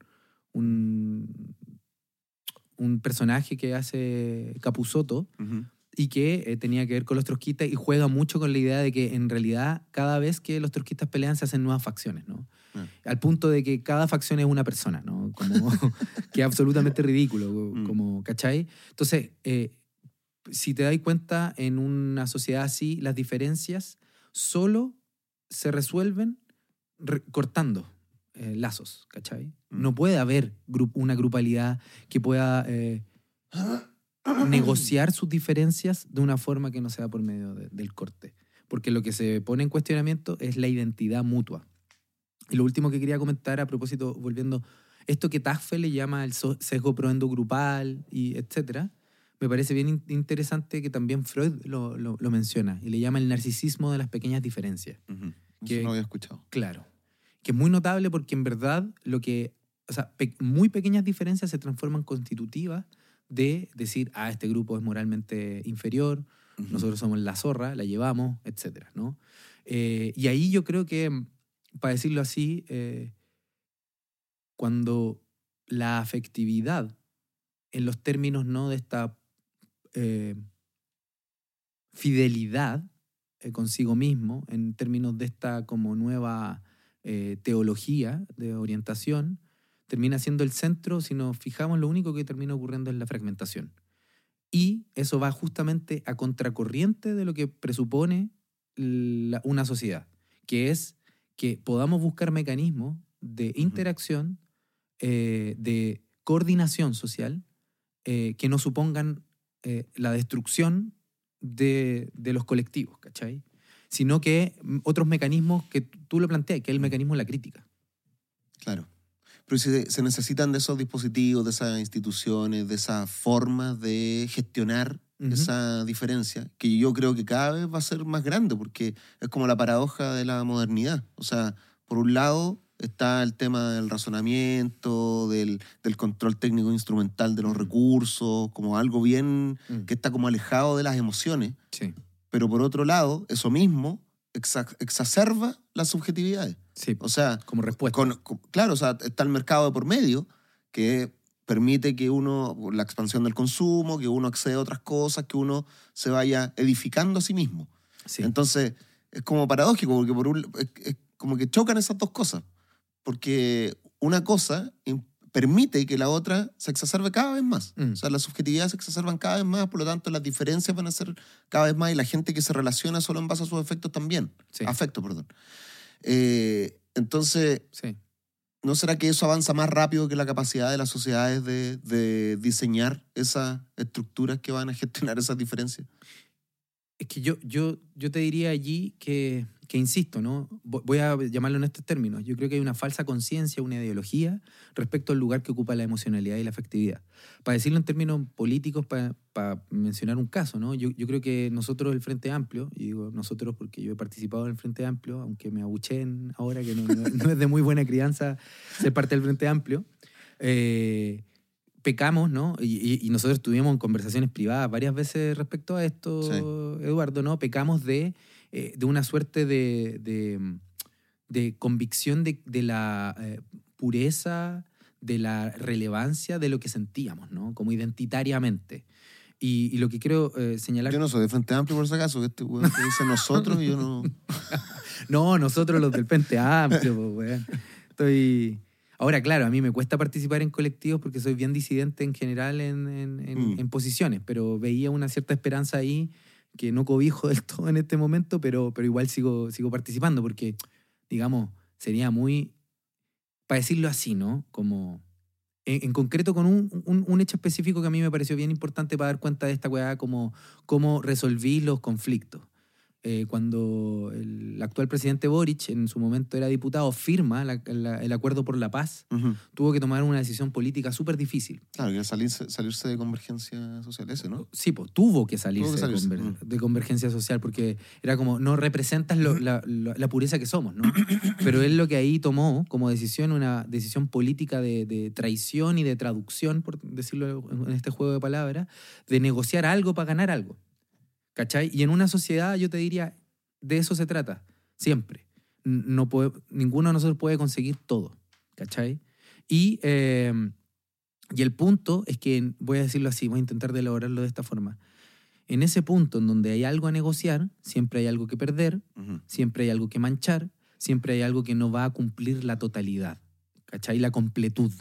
personaje que hace Capusotto, Ujú. y que tenía que ver con los trotskistas y juega mucho con la idea de que en realidad cada vez que los trotskistas pelean se hacen nuevas facciones, ¿no? Al punto de que cada facción es una persona, ¿no? Como, que es absolutamente ridículo, como, ¿cachai? Entonces, si te das cuenta, en una sociedad así, las diferencias solo se resuelven cortando lazos, ¿cachai? No puede haber una grupalidad que pueda negociar sus diferencias de una forma que no sea por medio del corte. Porque lo que se pone en cuestionamiento es la identidad mutua. Y lo último que quería comentar a propósito, volviendo, esto que Taffe le llama el sesgo proendogrupal y etcétera, me parece bien interesante que también Freud lo menciona y le llama el narcisismo de las pequeñas diferencias. Ujú. Que- Eso no había escuchado. Claro. Que es muy notable porque en verdad muy pequeñas diferencias se transforman constitutivas de decir, este grupo es moralmente inferior, Ujú. nosotros somos la zorra, la llevamos, etcétera, ¿no? Y ahí yo creo que, para decirlo así, cuando la afectividad, en los términos no de esta fidelidad consigo mismo, en términos de esta como nueva teología de orientación, termina siendo el centro. Si nos fijamos, lo único que termina ocurriendo es la fragmentación. Y eso va justamente a contracorriente de lo que presupone una sociedad, que es que podamos buscar mecanismos de interacción, de coordinación social, que no supongan la destrucción de los colectivos, ¿cachai? Sino que otros mecanismos que tú lo planteas, que es el mecanismo de la crítica. Claro. Pero se necesitan de esos dispositivos, de esas instituciones, de esas formas de gestionar esa diferencia, que yo creo que cada vez va a ser más grande, porque es como la paradoja de la modernidad. O sea, por un lado está el tema del razonamiento, del control técnico instrumental de los recursos, como algo bien que está como alejado de las emociones. Sí. Pero por otro lado, eso mismo exacerba las subjetividades. Sí, o sea, como respuesta. Claro, o sea, está el mercado de por medio que permite que uno, la expansión del consumo, que uno acceda a otras cosas, que uno se vaya edificando a sí mismo. Sí. Entonces, es como paradójico, porque es como que chocan esas dos cosas. Porque una cosa permite que la otra se exacerbe cada vez más. O sea, las subjetividades se exacerban cada vez más, por lo tanto las diferencias van a ser cada vez más y la gente que se relaciona solo en base a sus efectos también. Sí. Afectos, perdón. Entonces, Sí. ¿no será que eso avanza más rápido que la capacidad de las sociedades de diseñar esas estructuras que van a gestionar esas diferencias? Es que yo te diría allí que insisto, ¿no? Voy a llamarlo en estos términos. Yo creo que hay una falsa conciencia, una ideología respecto al lugar que ocupa la emocionalidad y la afectividad. Para decirlo en términos políticos, para mencionar un caso, ¿no? Yo creo que nosotros, el Frente Amplio, y digo nosotros porque yo he participado en el Frente Amplio, aunque me abucheen ahora que no es de muy buena crianza ser parte del Frente Amplio, pecamos, ¿no? Y nosotros tuvimos conversaciones privadas varias veces respecto a esto, sí. Eduardo, ¿no? Pecamos de una suerte de convicción de la pureza, de la relevancia de lo que sentíamos, ¿no? Como identitariamente. Y lo que quiero señalar... Yo no soy de Frente Amplio, por si acaso, que este weón que dice nosotros y yo no... No, nosotros los del Frente Amplio, pues, weón. Ahora, claro, a mí me cuesta participar en colectivos porque soy bien disidente en general en posiciones, pero veía una cierta esperanza ahí que no cobijo del todo en este momento, pero igual sigo participando porque, digamos, sería muy, para decirlo así, ¿no? Como, en concreto con un hecho específico que a mí me pareció bien importante para dar cuenta de esta weá, como cómo resolví los conflictos. Cuando el actual presidente Boric, en su momento era diputado, firma el acuerdo por la paz, tuvo que tomar una decisión política súper difícil. Claro, que salirse de Convergencia Social, ese, ¿no? Sí, pues tuvo que salirse de Convergencia Social porque era como, no representas la pureza que somos, ¿no? Pero él lo que ahí tomó como decisión, una decisión política de traición y de traducción, por decirlo en este juego de palabras, de negociar algo para ganar algo. ¿Cachai? Y en una sociedad yo te diría, de eso se trata, siempre. Ninguno de nosotros puede conseguir todo, ¿cachai? Y el punto es que, voy a decirlo así, voy a intentar de elaborarlo de esta forma. En ese punto en donde hay algo a negociar, siempre hay algo que perder, siempre hay algo que manchar, siempre hay algo que no va a cumplir la totalidad, ¿cachai? La completud.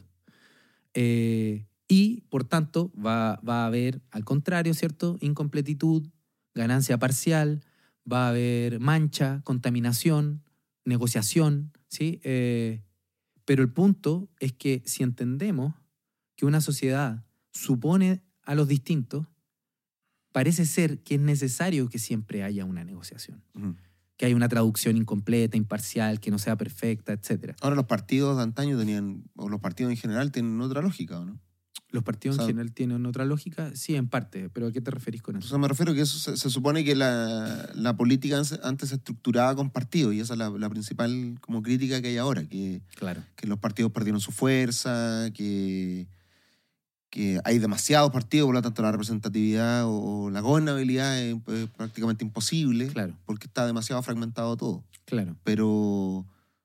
Y, por tanto, va a haber, al contrario, ¿cierto? Incompletitud, ganancia parcial, va a haber mancha, contaminación, negociación, ¿sí? Pero el punto es que si entendemos que una sociedad supone a los distintos, parece ser que es necesario que siempre haya una negociación, que haya una traducción incompleta, imparcial, que no sea perfecta, etc. Ahora los partidos de antaño o los partidos en general tienen otra lógica, ¿o no? ¿Los partidos en general tienen otra lógica? Sí, en parte, pero ¿a qué te referís con eso? O sea, me refiero a que eso se supone que la política antes se estructuraba con partidos y esa es la principal como crítica que hay ahora, que los partidos perdieron su fuerza, que hay demasiados partidos, por lo tanto la representatividad o la gobernabilidad es prácticamente imposible, porque está demasiado fragmentado todo. Claro. Pero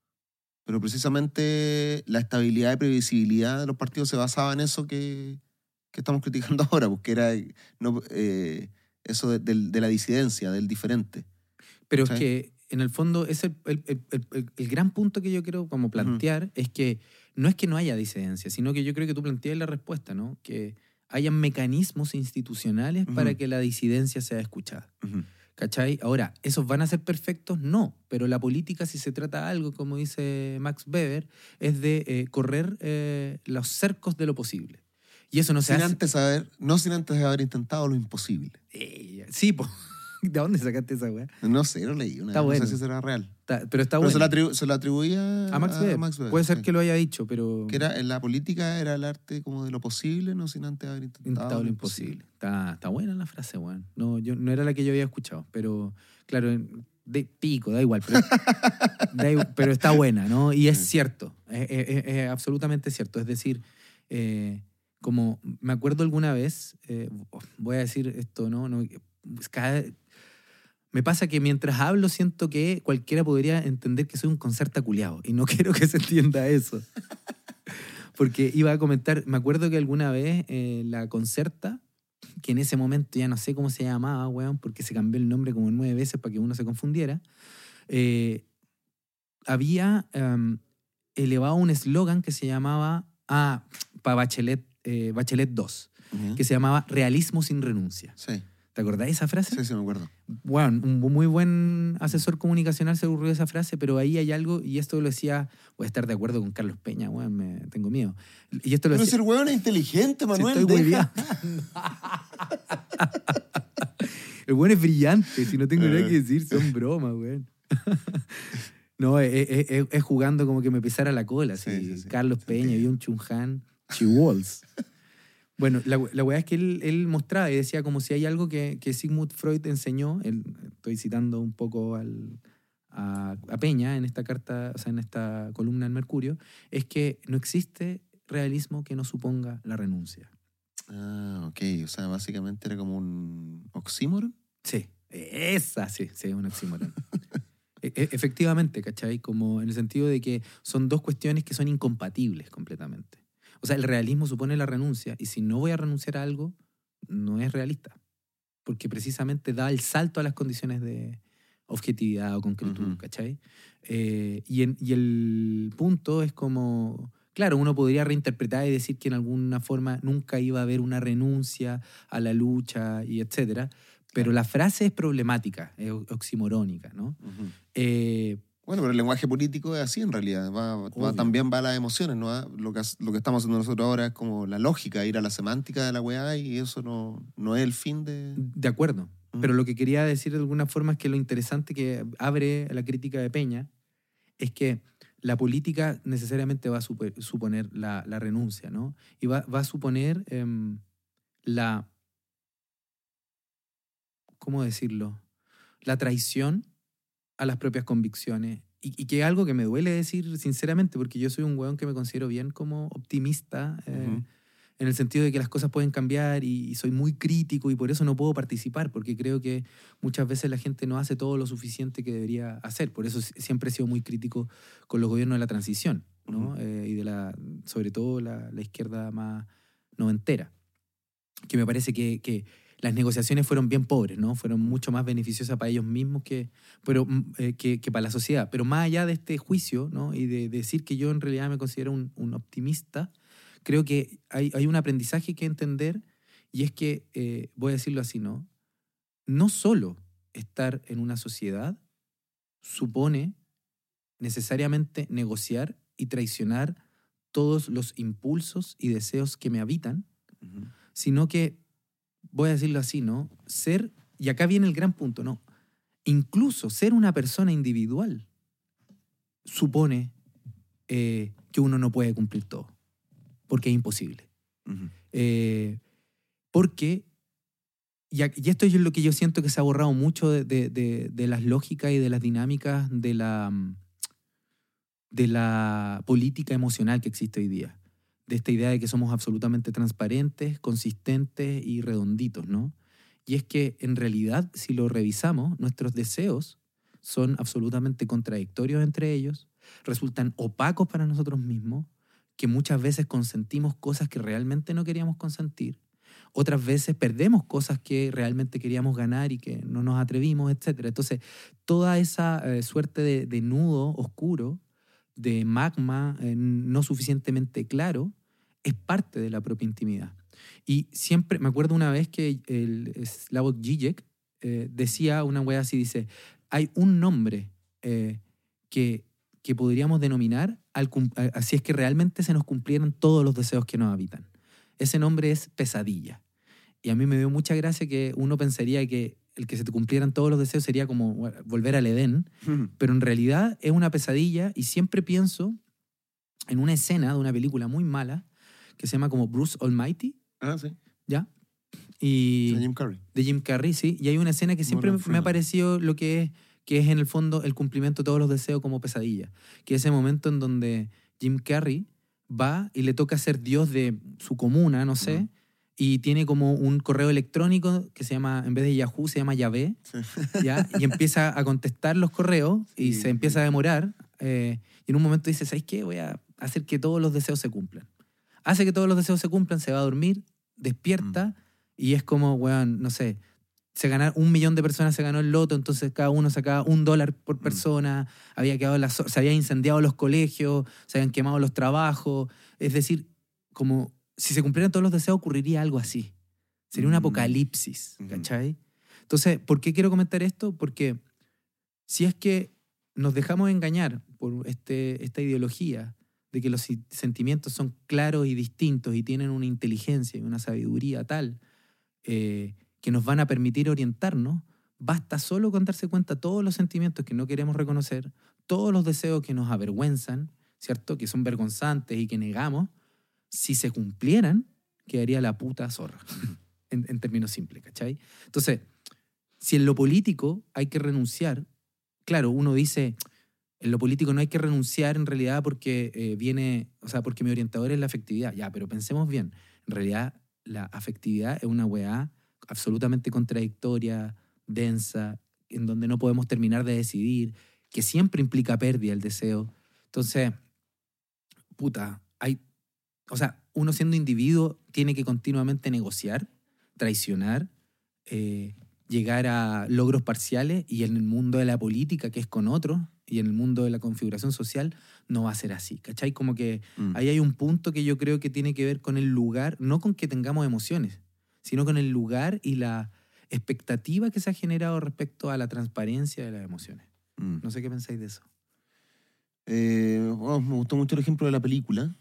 precisamente la estabilidad y previsibilidad de los partidos se basaba en eso que estamos criticando ahora, porque era eso de la disidencia, del diferente. Pero ¿sí? Es que, en el fondo, es el gran punto que yo quiero como plantear es que no haya disidencia, sino que yo creo que tú planteas la respuesta, ¿no? Que hayan mecanismos institucionales para que la disidencia sea escuchada. ¿Cachai? Ahora, ¿esos van a ser perfectos? No, pero la política, si se trata de algo, como dice Max Weber, es de correr los cercos de lo posible. Y eso no se hace... sin antes haber intentado lo imposible. Sí, pues. ¿De dónde sacaste esa weá? No sé, lo leí. No sé si será real. Pero está bueno. Se lo atribuía a Max Weber. Puede ser que lo haya dicho, pero... Que en la política era el arte como de lo posible, no sin antes haber intentado lo imposible. Está buena la frase, weón. No era la que yo había escuchado, pero claro, de pico, da igual. Pero está buena, ¿no? Y es cierto. Es absolutamente cierto. Es decir, como me acuerdo alguna vez, voy a decir esto, ¿no? Me pasa que mientras hablo siento que cualquiera podría entender que soy un concerta culiao y no quiero que se entienda eso. Porque iba a comentar, me acuerdo que alguna vez la Concerta, que en ese momento ya no sé cómo se llamaba, weón, porque se cambió el nombre como 9 veces para que uno se confundiera, había elevado un eslogan que se llamaba, para Bachelet 2, que se llamaba Realismo sin renuncia. Sí. ¿Te acordás de esa frase? Sí, me acuerdo. Bueno, un muy buen asesor comunicacional se ocurrió esa frase, pero ahí hay algo, y esto lo decía, voy a estar de acuerdo con Carlos Peña, bueno, tengo miedo. Y esto lo pero decía, ese hueón es inteligente, Manuel. Si estoy muy bien. El hueón es brillante, si no tengo nada que decir, son bromas, weón. No, es jugando como que me pisara la cola, sí. Carlos Peña y un Chunhan Chiwals. Bueno, la weá es que él mostraba y decía como si hay algo que Sigmund Freud enseñó, estoy citando un poco a Peña en esta carta, o sea, en esta columna en Mercurio, es que no existe realismo que no suponga la renuncia. Ok. O sea, básicamente era como un oxímoron. Sí, es un oxímoron. Efectivamente, ¿cachai? Como en el sentido de que son dos cuestiones que son incompatibles completamente. O sea, el realismo supone la renuncia y si no voy a renunciar a algo, no es realista. Porque precisamente da el salto a las condiciones de objetividad o concretud, ¿cachai? Y el punto es como Claro, uno podría reinterpretar y decir que en alguna forma nunca iba a haber una renuncia a la lucha y etcétera, pero la frase es problemática, es oximorónica, ¿no? Bueno, pero el lenguaje político es así en realidad, también va a las emociones, ¿no? Lo que estamos haciendo nosotros ahora es como la lógica, ir a la semántica de la weá, y eso no es el fin de... De acuerdo, pero lo que quería decir de alguna forma es que lo interesante que abre la crítica de Peña es que la política necesariamente va a suponer la renuncia, ¿no? Y va a suponer ¿cómo decirlo? La traición a las propias convicciones. Y que es algo que me duele decir sinceramente, porque yo soy un weón que me considero bien como optimista, en el sentido de que las cosas pueden cambiar y soy muy crítico y por eso no puedo participar, porque creo que muchas veces la gente no hace todo lo suficiente que debería hacer. Por eso siempre he sido muy crítico con los gobiernos de la transición, ¿no? Y sobre todo la izquierda más noventera, que me parece que las negociaciones fueron bien pobres, ¿no? Fueron mucho más beneficiosas para ellos mismos que para la sociedad. Pero más allá de este juicio, ¿no? Y de decir que yo en realidad me considero un optimista, creo que hay un aprendizaje que entender, y es que, voy a decirlo así, ¿no? No solo estar en una sociedad supone necesariamente negociar y traicionar todos los impulsos y deseos que me habitan, sino que, voy a decirlo así, ¿no? Y acá viene el gran punto, ¿no? Incluso ser una persona individual supone que uno no puede cumplir todo, porque es imposible. Porque, y esto es lo que yo siento que se ha borrado mucho de las lógicas y de las dinámicas de la política emocional que existe hoy día, de esta idea de que somos absolutamente transparentes, consistentes y redonditos, ¿no? Y es que en realidad, si lo revisamos, nuestros deseos son absolutamente contradictorios entre ellos, resultan opacos para nosotros mismos, que muchas veces consentimos cosas que realmente no queríamos consentir, otras veces perdemos cosas que realmente queríamos ganar y que no nos atrevimos, etc. Entonces, toda esa suerte de nudo oscuro, de magma no suficientemente claro, es parte de la propia intimidad. Y siempre, me acuerdo una vez que el Slavoj Žižek decía una wea así, dice, hay un nombre que podríamos denominar así es que realmente se nos cumplieran todos los deseos que nos habitan. Ese nombre es pesadilla. Y a mí me dio mucha gracia que uno pensaría que el que se te cumplieran todos los deseos sería como volver al Edén, pero en realidad es una pesadilla, y siempre pienso en una escena de una película muy mala que se llama como Bruce Almighty. Ah, sí. ¿Ya? Y de Jim Carrey. De Jim Carrey, sí. Y hay una escena que siempre me ha parecido lo que es en el fondo el cumplimiento de todos los deseos como pesadilla. Que es ese momento en donde Jim Carrey va y le toca ser Dios de su comuna, no sé, y tiene como un correo electrónico que se llama, en vez de Yahoo, se llama Yahvé, ¿ya? Y empieza a contestar los correos y se empieza a demorar. Y en un momento dice, ¿sabes qué? Voy a hacer que todos los deseos se cumplan. Hace que todos los deseos se cumplan, se va a dormir, despierta, y es como, weón, no sé, 1 millón de personas se ganó el loto, entonces cada uno sacaba $1 por persona, se habían incendiado los colegios, se habían quemado los trabajos. Es decir, como si se cumplieran todos los deseos ocurriría algo así. Sería un apocalipsis, ¿cachai? Entonces, ¿por qué quiero comentar esto? Porque si es que nos dejamos engañar por esta ideología de que los sentimientos son claros y distintos y tienen una inteligencia y una sabiduría tal que nos van a permitir orientarnos, basta solo con darse cuenta todos los sentimientos que no queremos reconocer, todos los deseos que nos avergüenzan, ¿cierto? Que son vergonzantes y que negamos. Si se cumplieran, quedaría la puta zorra, en términos simples, ¿cachai? Entonces, si en lo político hay que renunciar, claro, uno dice, en lo político no hay que renunciar en realidad porque porque mi orientador es la afectividad. Ya, pero pensemos bien, en realidad la afectividad es una weá absolutamente contradictoria, densa, en donde no podemos terminar de decidir, que siempre implica pérdida el deseo. Entonces, uno siendo individuo tiene que continuamente negociar, traicionar, llegar a logros parciales, y en el mundo de la política, que es con otros, y en el mundo de la configuración social no va a ser así, ¿cachai? Como que ahí hay un punto que yo creo que tiene que ver con el lugar, no con que tengamos emociones, sino con el lugar y la expectativa que se ha generado respecto a la transparencia de las emociones. No sé qué pensáis de eso. Me gustó mucho el ejemplo de la película,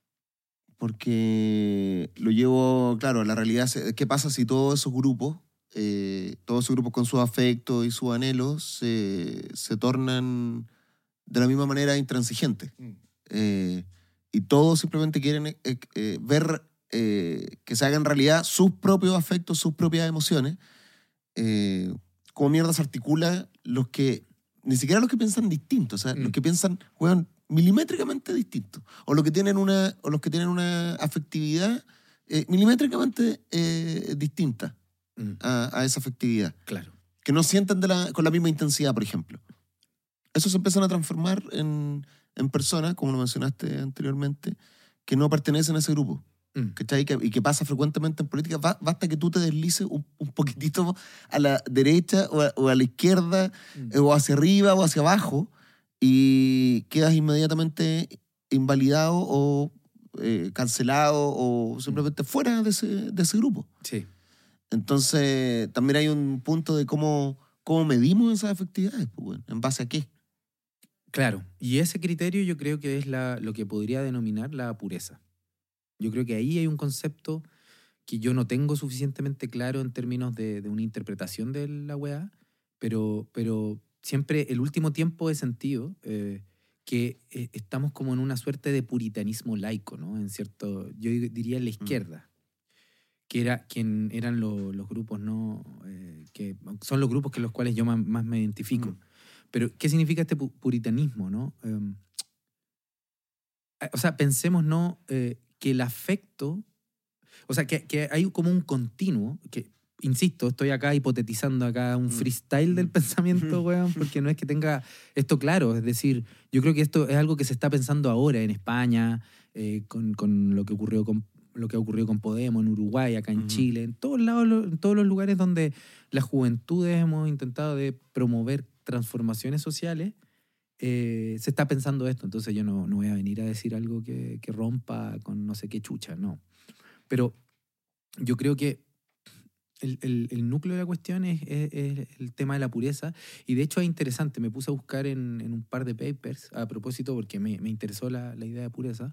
porque lo llevo, claro, a la realidad. ¿Qué pasa si todos esos grupos con sus afectos y sus anhelos se tornan de la misma manera intransigentes? Y todos simplemente quieren ver que se hagan realidad sus propios afectos, sus propias emociones. ¿Cómo mierda se articula ni siquiera los que piensan distinto, o sea, los que piensan, juegan milimétricamente distinto, o los que tienen una afectividad milimétricamente distinta a esa afectividad? Claro. Que no sienten con la misma intensidad, por ejemplo. Eso se empiezan a transformar en personas, como lo mencionaste anteriormente, que no pertenecen a ese grupo. ¿Cachai? Y que pasa frecuentemente en política. Basta que tú te deslices un poquitito a la derecha o a la izquierda, o hacia arriba o hacia abajo, y quedas inmediatamente invalidado o cancelado o simplemente fuera de ese grupo. Sí. Entonces, también hay un punto de cómo medimos esas afectividades, pues, bueno, ¿en base a qué? Claro, y ese criterio yo creo que es lo que podría denominar la pureza. Yo creo que ahí hay un concepto que yo no tengo suficientemente claro en términos de una interpretación de la weá, pero siempre el último tiempo he sentido que estamos como en una suerte de puritanismo laico, ¿no? Yo diría en la izquierda, que eran los grupos, ¿no? Que son los grupos con los cuales yo más me identifico. Pero, ¿qué significa este puritanismo, no? O sea, pensemos, ¿no? Que el afecto, o sea, que hay como un continuo, que, insisto, estoy acá hipotetizando acá un freestyle del pensamiento, weón, porque no es que tenga esto claro, es decir, yo creo que esto es algo que se está pensando ahora en España, con lo que ocurrió con Podemos, en Uruguay, acá en Chile, en todos lados, en todos los lugares donde las juventudes hemos intentado de promover transformaciones sociales. Se está pensando esto, entonces yo no voy a venir a decir algo que rompa con no sé qué chucha, no. Pero yo creo que el núcleo de la cuestión es el tema de la pureza, y de hecho es interesante, me puse a buscar en un par de papers a propósito porque me interesó la idea de pureza,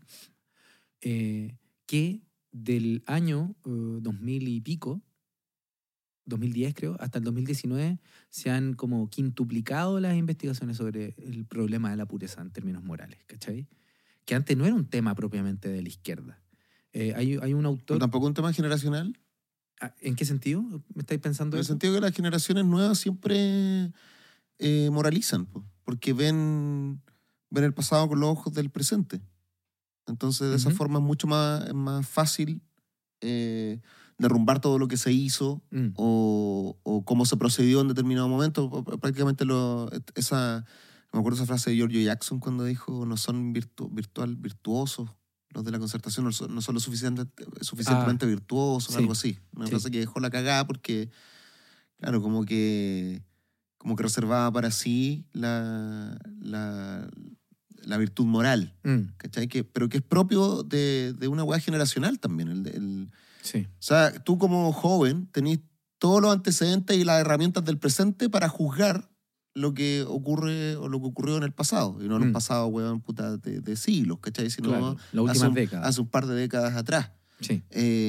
que del año 2000 y pico, 2010 creo, hasta el 2019 se han como quintuplicado las investigaciones sobre el problema de la pureza en términos morales, ¿cachai? Que antes no era un tema propiamente de la izquierda. Hay un autor... ¿Pero tampoco un tema generacional? ¿En qué sentido me estáis pensando? En el sentido que las generaciones nuevas siempre moralizan, porque ven el pasado con los ojos del presente. Entonces, de esa forma es mucho más fácil derrumbar todo lo que se hizo o cómo se procedió en determinado momento. Prácticamente me acuerdo esa frase de Giorgio Jackson cuando dijo: no son virtuosos los de la concertación, no son lo suficientemente virtuosos, sí, algo así. Una frase que dejó la cagada porque, claro, como que reservaba para sí la virtud moral, ¿cachai? Pero que es propio de una hueá generacional también. Sí. O sea, tú como joven tenés todos los antecedentes y las herramientas del presente para juzgar lo que ocurre o lo que ocurrió en el pasado, y no en el pasado, huevón, puta, de siglos, ¿cachai? Sino claro, las últimas décadas. Hace un par de décadas atrás. Sí.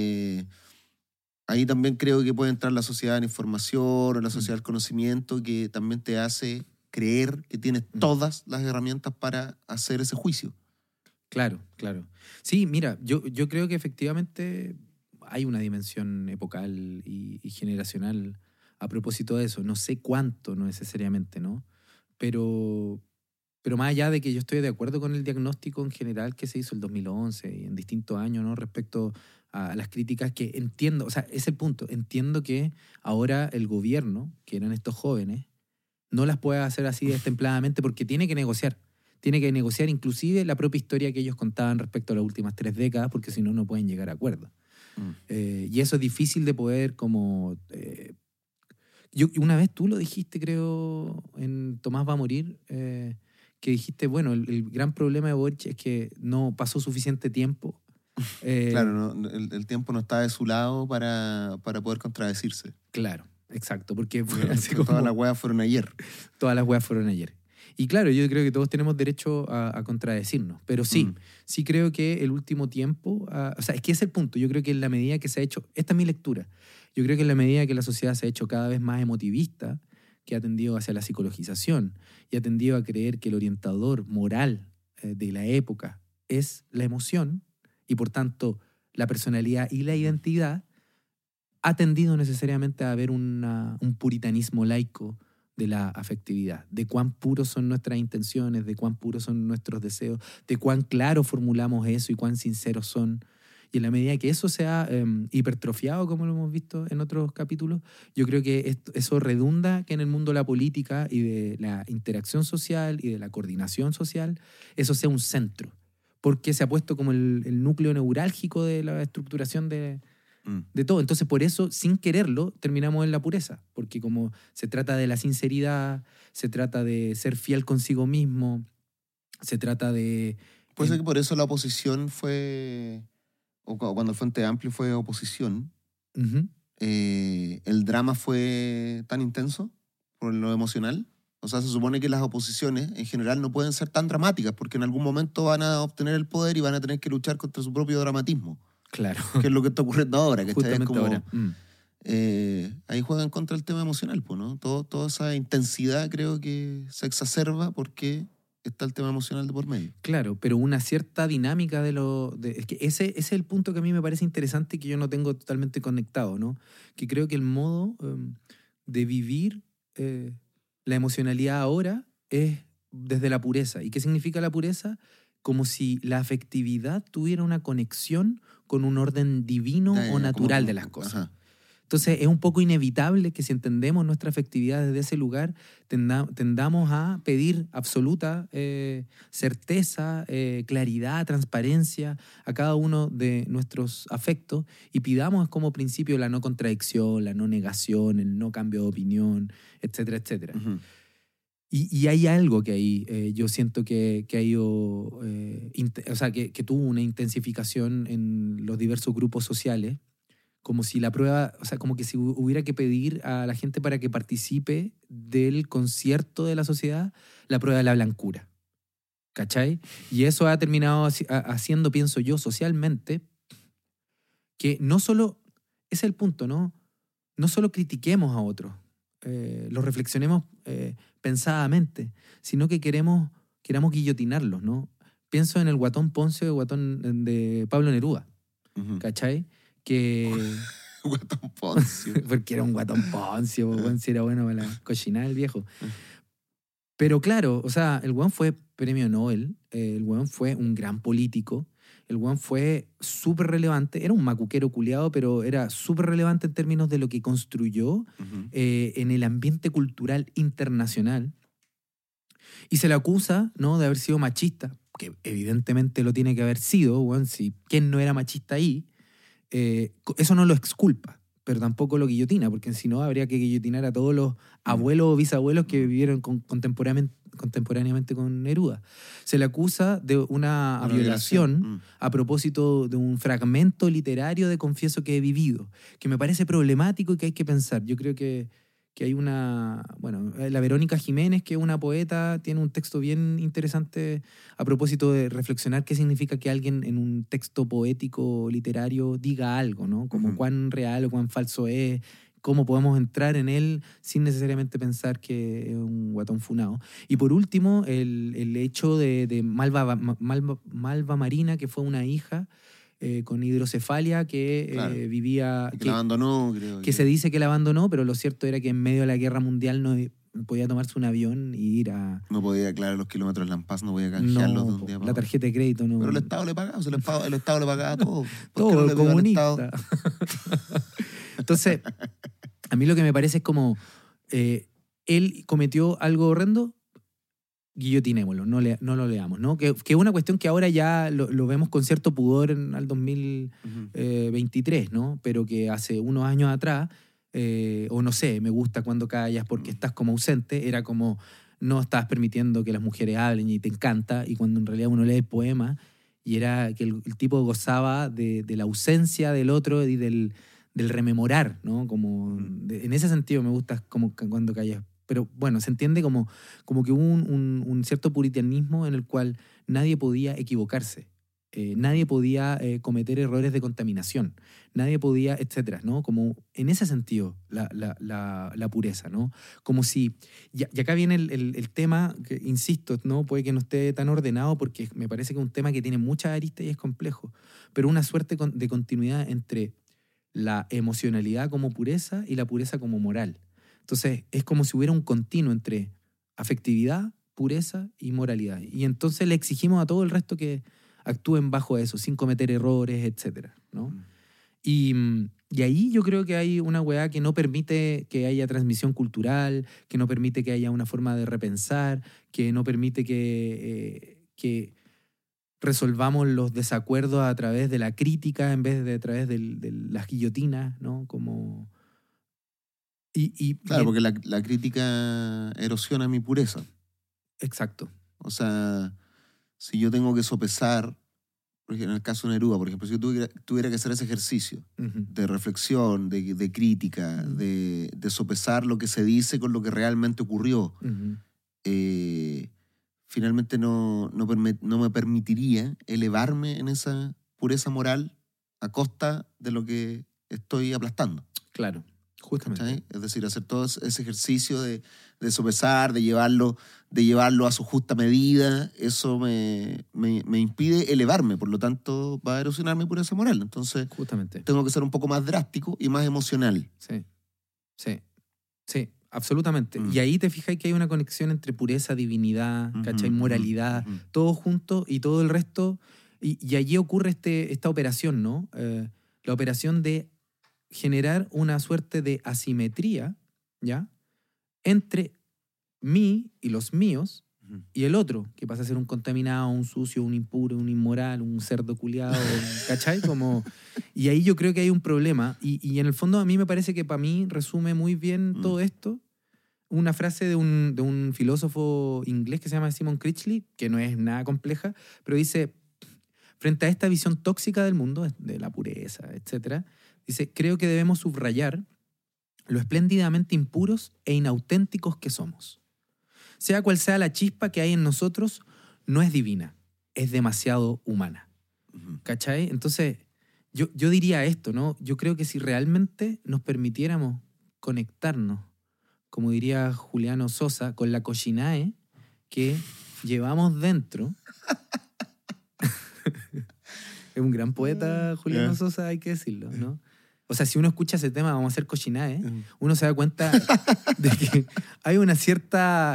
Ahí también creo que puede entrar la sociedad de la información o la sociedad del conocimiento, que también te hace creer que tienes todas las herramientas para hacer ese juicio. Claro, claro. Sí, mira, yo creo que efectivamente hay una dimensión epocal y generacional a propósito de eso. No sé cuánto, no necesariamente, ¿no? Pero más allá de que yo estoy de acuerdo con el diagnóstico en general que se hizo el 2011 y en distintos años, ¿no? Respecto a las críticas que entiendo, o sea, es el punto. Entiendo que ahora el gobierno, que eran estos jóvenes, no las puede hacer así destempladamente porque tiene que negociar. Tiene que negociar inclusive la propia historia que ellos contaban respecto a las últimas 3 décadas, porque si no, no pueden llegar a acuerdos. Y eso es difícil de poder como... una vez tú lo dijiste, creo, en Tomás va a morir, que dijiste, bueno, el gran problema de Boric es que no pasó suficiente tiempo. Claro, el tiempo no está de su lado para poder contradecirse. Claro, exacto, porque todas las weas fueron ayer. Todas las weas fueron ayer. Y claro, yo creo que todos tenemos derecho a contradecirnos, pero sí, sí creo que el último tiempo, o sea, es que ese es el punto, yo creo que en la medida que se ha hecho, esta es mi lectura, yo creo que en la medida que la sociedad se ha hecho cada vez más emotivista, que ha tendido hacia la psicologización y ha tendido a creer que el orientador moral de la época es la emoción y por tanto la personalidad y la identidad, ha tendido necesariamente a haber un puritanismo laico de la afectividad, de cuán puros son nuestras intenciones, de cuán puros son nuestros deseos, de cuán claro formulamos eso y cuán sinceros son. Y en la medida que eso se ha hipertrofiado, como lo hemos visto en otros capítulos, yo creo que eso redunda que en el mundo de la política y de la interacción social y de la coordinación social, eso sea un centro, porque se ha puesto como el núcleo neurálgico de la estructuración de todo. Entonces, por eso, sin quererlo, terminamos en la pureza. Porque como se trata de la sinceridad, se trata de ser fiel consigo mismo, se trata de... Puede ser que por eso la oposición fue... O cuando el Frente Amplio fue oposición, el drama fue tan intenso por lo emocional. O sea, se supone que las oposiciones en general no pueden ser tan dramáticas porque en algún momento van a obtener el poder y van a tener que luchar contra su propio dramatismo. Claro. Que es lo que está ocurriendo ahora. Que justamente como, ahora. Ahí juegan contra el tema emocional, ¿no? Toda esa intensidad creo que se exacerba porque está el tema emocional de por medio. Claro, pero una cierta dinámica es que ese es el punto que a mí me parece interesante y que yo no tengo totalmente conectado, ¿no? Que creo que el modo de vivir la emocionalidad ahora es desde la pureza. ¿Y qué significa la pureza? Como si la afectividad tuviera una conexión con un orden divino o natural de las cosas. Ajá. Entonces es un poco inevitable que si entendemos nuestra afectividad desde ese lugar, tendamos a pedir absoluta certeza, claridad, transparencia a cada uno de nuestros afectos y pidamos como principio la no contradicción, la no negación, el no cambio de opinión, etcétera, etcétera. Uh-huh. Y hay algo que ahí yo siento que ha ido, o sea, que tuvo una intensificación en los diversos grupos sociales, como si la prueba, o sea, como que si hubiera que pedir a la gente para que participe del concierto de la sociedad, la prueba de la blancura. ¿Cachai? Y eso ha terminado haciendo, pienso yo, socialmente, que no solo, ese es el punto, ¿no? No solo critiquemos a otros, lo reflexionemos pensadamente, sino que queramos guillotinarlos, ¿no? Pienso en el guatón Poncio, el guatón de Pablo Neruda, uh-huh. ¿Cachai? Que... Guatón Poncio. Porque era un guatón Poncio, si era bueno para la cochinada el viejo. Pero claro, o sea, el weón fue premio Nobel, el weón fue un gran político, el weón fue súper relevante, era un macuquero culiado, pero era súper relevante en términos de lo que construyó uh-huh. En el ambiente cultural internacional. Y se le acusa, ¿no?, de haber sido machista, que evidentemente lo tiene que haber sido, weón, si quién no era machista ahí. Eso no lo exculpa, pero tampoco lo guillotina, porque si no habría que guillotinar a todos los abuelos o bisabuelos que vivieron contemporáneamente con Neruda. Se le acusa de una violación a propósito de un fragmento literario de Confieso que he vivido, que me parece problemático y que hay que pensar. Yo creo que hay una... Bueno, la Verónica Jiménez, que es una poeta, tiene un texto bien interesante a propósito de reflexionar qué significa que alguien en un texto poético, literario, diga algo, ¿no? Como uh-huh. cuán real o cuán falso es, cómo podemos entrar en él sin necesariamente pensar que es un guatón funado. Y por último, el hecho de Malva Marina, que fue una hija con hidrocefalia que claro. Vivía... Que la abandonó, creo. Que se dice que la abandonó, pero lo cierto era que en medio de la guerra mundial no podía tomarse un avión y ir a... No podía, aclarar los kilómetros de Lampaz, no podía canjearlos de un día para la tarjeta de crédito no... Pero el Estado le pagaba, el Estado le pagaba todo. Todo, el comunista. Entonces, a mí lo que me parece es como... él cometió algo horrendo, guillotinémoslo, no lo leamos, ¿no? Que es una cuestión que ahora ya lo vemos con cierto pudor al 2023, ¿no? Pero que hace unos años atrás, o no sé, me gusta cuando callas porque estás como ausente, era como, no estabas permitiendo que las mujeres hablen y te encanta, y cuando en realidad uno lee el poema y era que el tipo gozaba de la ausencia del otro y del rememorar, ¿no? Como en ese sentido me gusta como cuando callas. Pero bueno, se entiende como que hubo un cierto puritanismo en el cual nadie podía equivocarse. Nadie podía cometer errores de contaminación, nadie podía, etcétera, ¿no? Como en ese sentido la pureza, ¿no? Como si, y acá viene el tema, que, insisto, ¿no? Puede que no esté tan ordenado porque me parece que es un tema que tiene muchas aristas y es complejo, pero una suerte de continuidad entre la emocionalidad como pureza y la pureza como moral. Entonces es como si hubiera un continuo entre afectividad, pureza y moralidad. Y entonces le exigimos a todo el resto que actúen bajo eso, sin cometer errores, etcétera, ¿no? Y ahí yo creo que hay una weá que no permite que haya transmisión cultural, que no permite que haya una forma de repensar, que no permite que resolvamos los desacuerdos a través de la crítica en vez de a través de las guillotinas, ¿no? Como... Claro, porque la crítica erosiona mi pureza. Exacto. O sea, si yo tengo que sopesar, por ejemplo, en el caso de Neruda, por ejemplo, si yo tuviera que hacer ese ejercicio de reflexión, de crítica, de sopesar lo que se dice con lo que realmente ocurrió, finalmente no me permitiría elevarme en esa pureza moral a costa de lo que estoy aplastando. Claro, justamente. ¿Sí? Es decir, hacer todo ese ejercicio de sopesar, de llevarlo a su justa medida, eso me impide elevarme, por lo tanto va a erosionar mi pureza moral. Entonces, justamente, tengo que ser un poco más drástico y más emocional. Sí, absolutamente. Y ahí te fijas que hay una conexión entre pureza, divinidad, ¿cachai? Moralidad, todo junto y todo el resto. Y allí ocurre esta operación, ¿no? La operación de generar una suerte de asimetría, ¿ya? Entre mí y los míos y el otro, que pasa a ser un contaminado, un sucio, un impuro, un inmoral, un cerdo culiado, ¿cachai? Como, y ahí yo creo que hay un problema. Y en el fondo a mí me parece que para mí resume muy bien todo esto una frase de un filósofo inglés que se llama Simon Critchley, que no es nada compleja, pero dice, frente a esta visión tóxica del mundo, de la pureza, etc., dice, creo que debemos subrayar lo espléndidamente impuros e inauténticos que somos. Sea cual sea la chispa que hay en nosotros, no es divina, es demasiado humana. ¿Cachai? Entonces, yo diría esto, ¿no? Yo creo que si realmente nos permitiéramos conectarnos, como diría Juliano Sosa, con la cochinae que llevamos dentro. Es un gran poeta, Juliano Sosa, hay que decirlo, ¿no? O sea, si uno escucha ese tema, vamos a hacer cochinae, uno se da cuenta de que hay una cierta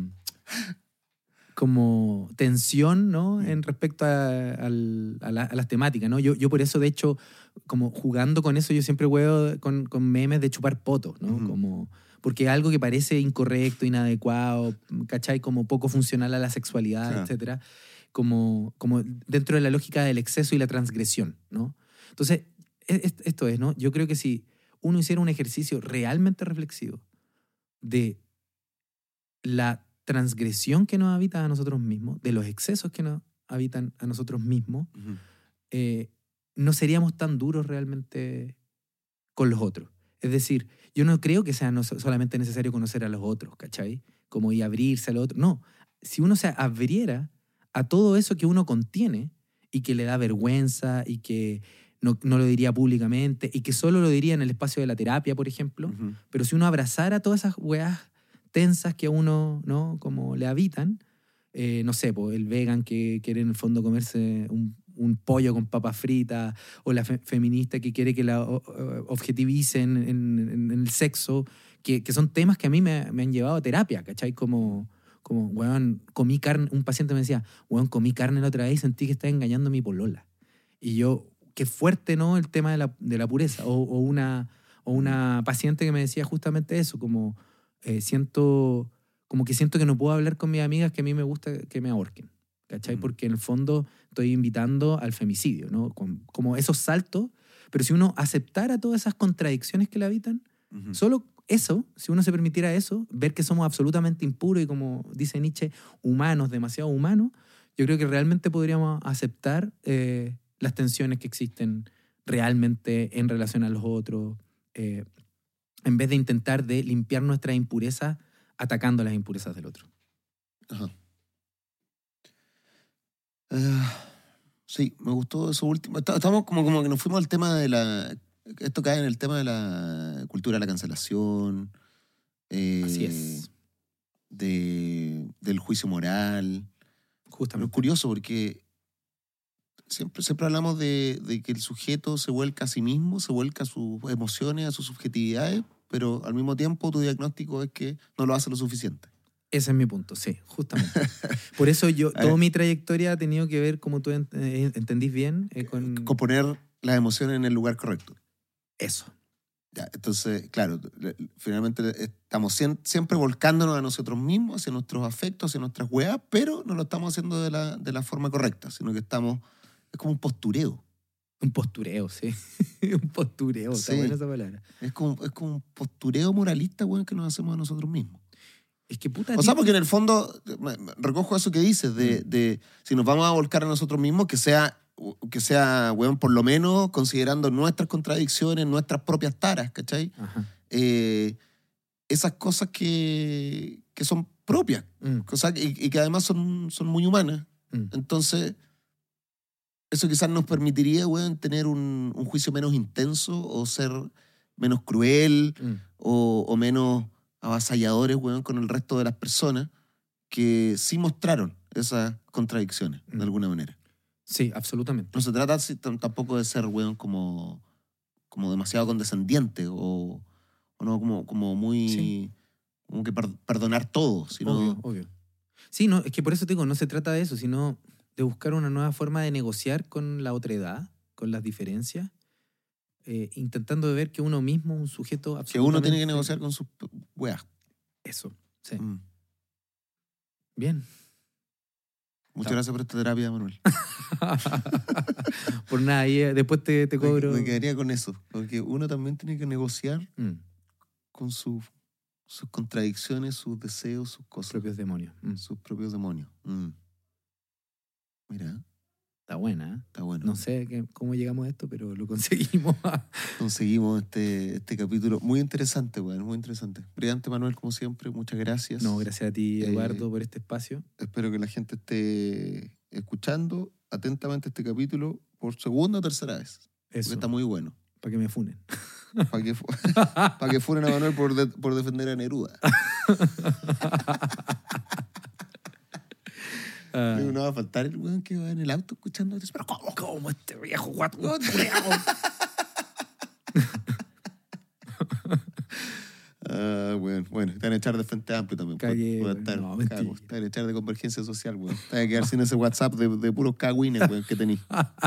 como tensión, ¿no? En respecto a las temáticas, ¿no? Yo por eso, de hecho, como jugando con eso, yo siempre juego con memes de chupar potos, ¿no? Como, porque es algo que parece incorrecto, inadecuado, ¿cachai? Como poco funcional a la sexualidad, etcétera. Como dentro de la lógica del exceso y la transgresión, ¿no? Entonces, esto es, ¿no? Yo creo que si uno hiciera un ejercicio realmente reflexivo de la transgresión que nos habita a nosotros mismos, de los excesos que nos habitan a nosotros mismos, no seríamos tan duros realmente con los otros. Es decir, yo no creo que sea solamente necesario conocer a los otros, ¿cachai? Como y abrirse al otro. No, si uno se abriera a todo eso que uno contiene y que le da vergüenza y que no lo diría públicamente y que solo lo diría en el espacio de la terapia, por ejemplo, pero si uno abrazara todas esas weas tensas que a uno, ¿no? Como le habitan, no sé, pues el vegan que quiere en el fondo comerse un pollo con papas fritas, o la feminista que quiere que la objetivicen en el sexo, que son temas que a mí me han llevado a terapia, ¿cachai? Como weón, comí carne, un paciente me decía, weón, comí carne la otra vez y sentí que estaba engañando a mi polola. Y yo, qué fuerte, ¿no? El tema de la pureza. O una paciente que me decía justamente eso, como siento que no puedo hablar con mis amigas que a mí me gusta que me ahorquen, ¿cachai? Porque en el fondo estoy invitando al femicidio, ¿no? Como esos saltos, pero si uno aceptara todas esas contradicciones que le habitan, solo eso, si uno se permitiera eso, ver que somos absolutamente impuros y, como dice Nietzsche, humanos, demasiado humanos, yo creo que realmente podríamos aceptar las tensiones que existen realmente en relación a los otros, en vez de intentar de limpiar nuestras impurezas atacando las impurezas del otro. Ajá. Sí, me gustó eso último. Estamos como que nos fuimos al tema de la... Esto cae en el tema de la cultura de la cancelación. Así es. Del juicio moral. Justamente. Pero es curioso porque siempre hablamos de que el sujeto se vuelca a sí mismo, se vuelca a sus emociones, a sus subjetividades, pero al mismo tiempo tu diagnóstico es que no lo hace lo suficiente. Ese es mi punto, sí, justamente. Por eso toda mi trayectoria ha tenido que ver, como tú entendís bien, con poner las emociones en el lugar correcto. Eso. Ya, entonces, claro, finalmente estamos siempre volcándonos a nosotros mismos, hacia nuestros afectos, hacia nuestras weas, pero no lo estamos haciendo de la forma correcta, sino que es como un postureo. Un postureo, sí. Un postureo, sí. Está buena esa palabra. Es como un postureo moralista, weón, que nos hacemos a nosotros mismos. Es que puta... O sea, porque en el fondo, recojo eso que dices, de si nos vamos a volcar a nosotros mismos, que sea, weón, por lo menos considerando nuestras contradicciones, nuestras propias taras, ¿cachai? Esas cosas que son propias, cosas y que además son muy humanas. Entonces, eso quizás nos permitiría, weón, tener un juicio menos intenso o ser menos cruel o menos avasalladores, weón, con el resto de las personas que sí mostraron esas contradicciones, de alguna manera. Sí, absolutamente. No se trata tampoco de ser, weón, como demasiado condescendiente o no como muy... Sí. Como que perdonar todo, sino... Obvio. Sí, no, es que por eso te digo, no se trata de eso, sino de buscar una nueva forma de negociar con la otredad, con las diferencias, intentando ver que uno mismo, un sujeto absolutamente... Que uno tiene que negociar con sus weas. Eso, sí. Bien. Muchas gracias por esta terapia, Manuel. Por nada, y después te cobro... Me quedaría con eso, porque uno también tiene que negociar con sus contradicciones, sus deseos, sus cosas. Propios demonios. Sus propios demonios. Mira. Está buena, ¿eh? Está bueno. No sé cómo llegamos a esto, pero lo conseguimos. Conseguimos este capítulo. Muy interesante, bueno, muy interesante. Brillante, Manuel, como siempre. Muchas gracias. No, gracias a ti, Eduardo, por este espacio. Espero que la gente esté escuchando atentamente este capítulo por segunda o tercera vez. Eso. Porque está muy bueno. Para que me funen. Para que funen a Manuel por defender a Neruda. No va a faltar el weón que va en el auto escuchando esto. Pero ¿cómo este viejo guato? Bueno, te van a echar de Frente Amplio también. Cagué, te van a echar de Convergencia Social, weón. Te van a quedar sin ese WhatsApp de puros cagüines, weón, que tenís.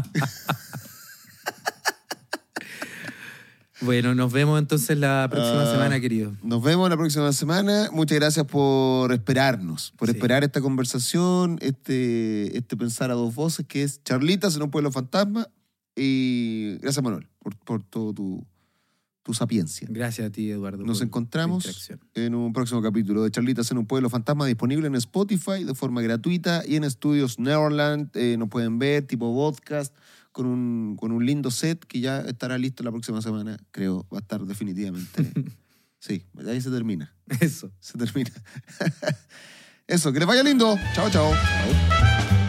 Bueno, nos vemos entonces la próxima semana, querido. Nos vemos la próxima semana. Muchas gracias por esperarnos, por esperar esta conversación, este pensar a dos voces, que es Charlitas en un pueblo fantasma. Y gracias, Manuel, por todo tu sapiencia. Gracias a ti, Eduardo. Nos encontramos en un próximo capítulo de Charlitas en un pueblo fantasma, disponible en Spotify de forma gratuita y en Estudios Neverland. Nos pueden ver, tipo podcast, con un lindo set que ya estará listo la próxima semana, creo. Va a estar definitivamente. Sí, ahí se termina. Eso. Se termina. Eso, que les vaya lindo. Chao, chao. Chao.